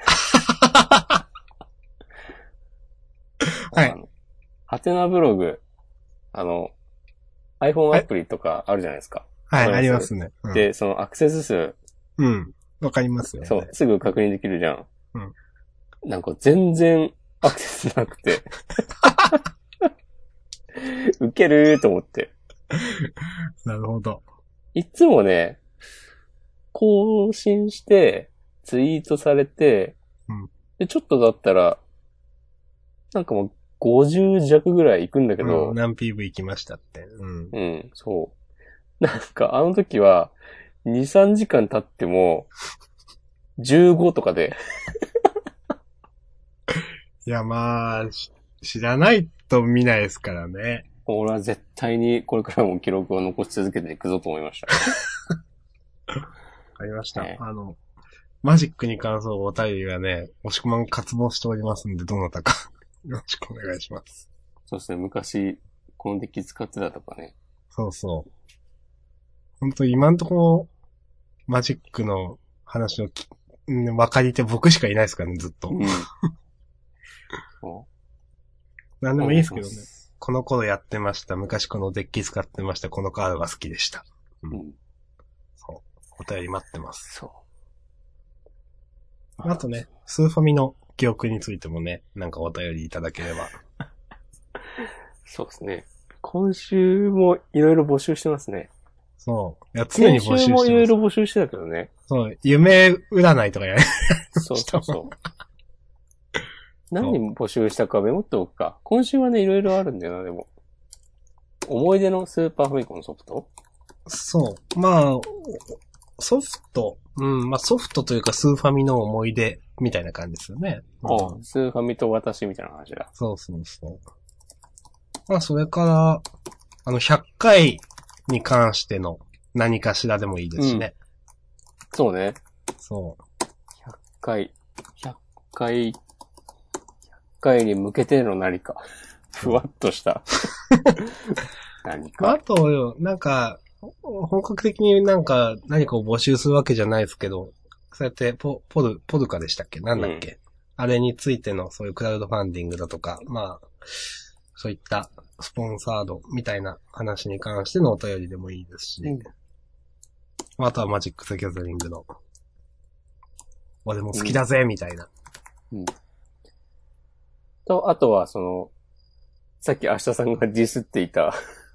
はい。 ハテナブログ、iPhone アプリとかあるじゃないですか。 はい、ありますね。 うん、で、そのアクセス数。 うん。わかりますよ、ね。 そう、すぐ確認できるじゃん。 うん。 なんか全然アクセスなくて。ウケるーと思って。 なるほど。 いつもね、更新して、ツイートされて、 うん、 で、ちょっとだったら、なんかもう50弱ぐらい行くんだけど、 何 PV 行きましたって。うん。 うん、そう。なんかあの時は、2、3時間経っても、15とかで。 いや、まあ、知らないと見ないですからね。 俺は絶対にこれからも記録を残し続けていくぞと思いました。 わかりました。マジックに関するお便りはね、押し込まん渇望しておりますんで、どなたかよろしくお願いします。 そうですね、昔、このデッキ使ってたとかね。 そうそう。ほんと今んとこ、マジックの話の分かり手僕しかいないですからね、ずっと。うん、なんでもいいですけどね。この頃やってました。昔このデッキ使ってました。このカードが好きでした。うん。そう。お便り待ってます。そう。あとね、スーファミの記憶についてもね、なんかお便りいただければ。 そうですね。今週もいろいろ募集してますね。 そう。いや、常に募集してます。 先週もいろいろ募集してたけどね。 そう。夢占いとかやる。 そうそうそう。何募集したかメモっておくか。今週はね、いろいろあるんだよな、でも。思い出のスーパーファミコンソフト？ そう。まあ、ソフト。まあソフトというかスーファミの思い出みたいな感じですよね。 スーファミと私みたいな話だ。 そうそうそう。まあそれから、100回に関しての何かしらでもいいですしね。 そうね。 そう。 100 回に向けての何か。ふわっとした。何か。 あと、なんか、本格的になんか何かを募集するわけじゃないですけど、そうやってポルカでしたっけなんだっけ、あれについてのそういうクラウドファンディングだとか、まあ、そういったスポンサードみたいな話に関してのお便りでもいいですし、あとはマジック・ザ・ギャザリングの、俺も好きだぜ、みたいな。 と、あとはさっき明日さんがディスっていた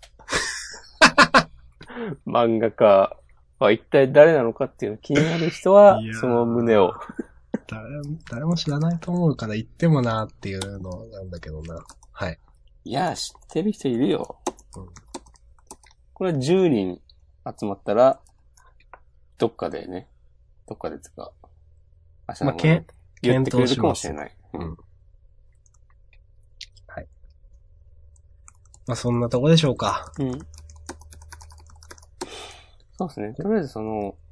漫画家は一体誰なのかっていうの気になる人は、その胸を。 誰も知らないと思うから言ってもなーっていうのなんだけどな。はい。 いや、知ってる人いるよ。これは10人集まったら、どっかでつか、明日さんが言ってくれるかもしれない。 はい。 まあそんなとこでしょうか。 うん。そうですね。とりあえず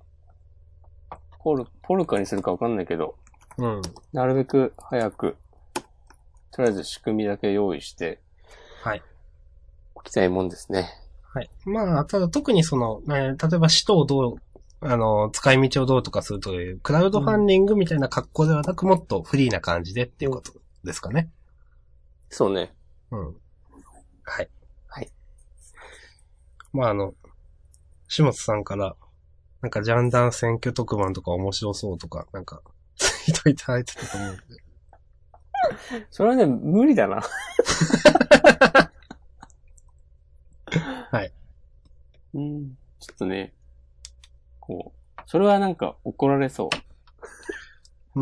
ポルカにするかわかんないけど、 うん。 なるべく早く、とりあえず仕組みだけ用意して、 はい。 おきたいもんですね。 はい。まあ、ただ特に例えば使途をどう、使い道をどうとかするという、クラウドファンディングみたいな格好ではなく、もっとフリーな感じでっていうことですかね。 そうね。 うん。はい。 はい。 まあ下津さんから、なんかジャンダン選挙特番とか面白そうとか、なんか、ツイートいただいてたと思うんで。 それはね、無理だな。 はい。 うん。ちょっとね、それはなんか怒られそう。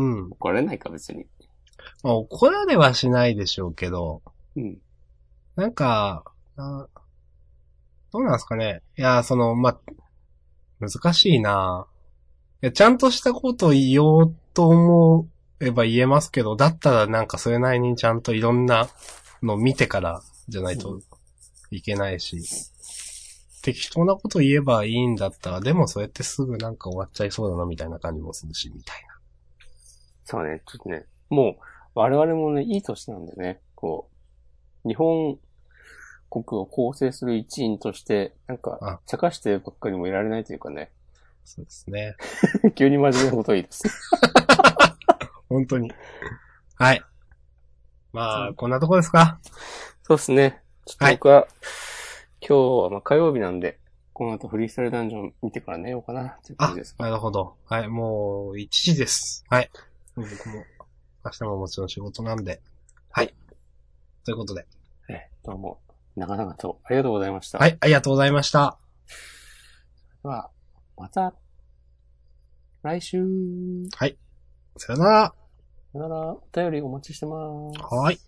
うん。 怒られないか、別に。 まあ、怒られはしないでしょうけど、 うん。 なんか、どうなんですかね。いや、難しいないや、ちゃんとしたことを言おうと思えば言えますけど、だったらなんかそれなりにちゃんといろんなのを見てからじゃないといけないし、適当なこと言えばいいんだったら、でもそうやってすぐなんか終わっちゃいそうだなみたいな感じもするし、みたいそうね、ちょっとね、もう、我々もね、いい年なんでね、日本国を構成する一員として、なんか、 な。あ、 茶化してばっかりもいられないというかね、 そうですね。 急に真面目なことを言いです。 本当に。はい。まあ、こんなとこですか。 そうですね。ちょっとはい。 僕は、今日はまあ火曜日なんで、この後フリースタイルダンジョン見てから寝ようかな、っていう感じあ、 ですか。 なるほど。はい、もう1時です。はい。僕も、明日ももちろん仕事なんで。はい。ということで。 どうも、長々とありがとうございました。 はい、ありがとうございました。 では、また、来週。 はい。さよなら。 さよなら、お便りお待ちしてます。 はい。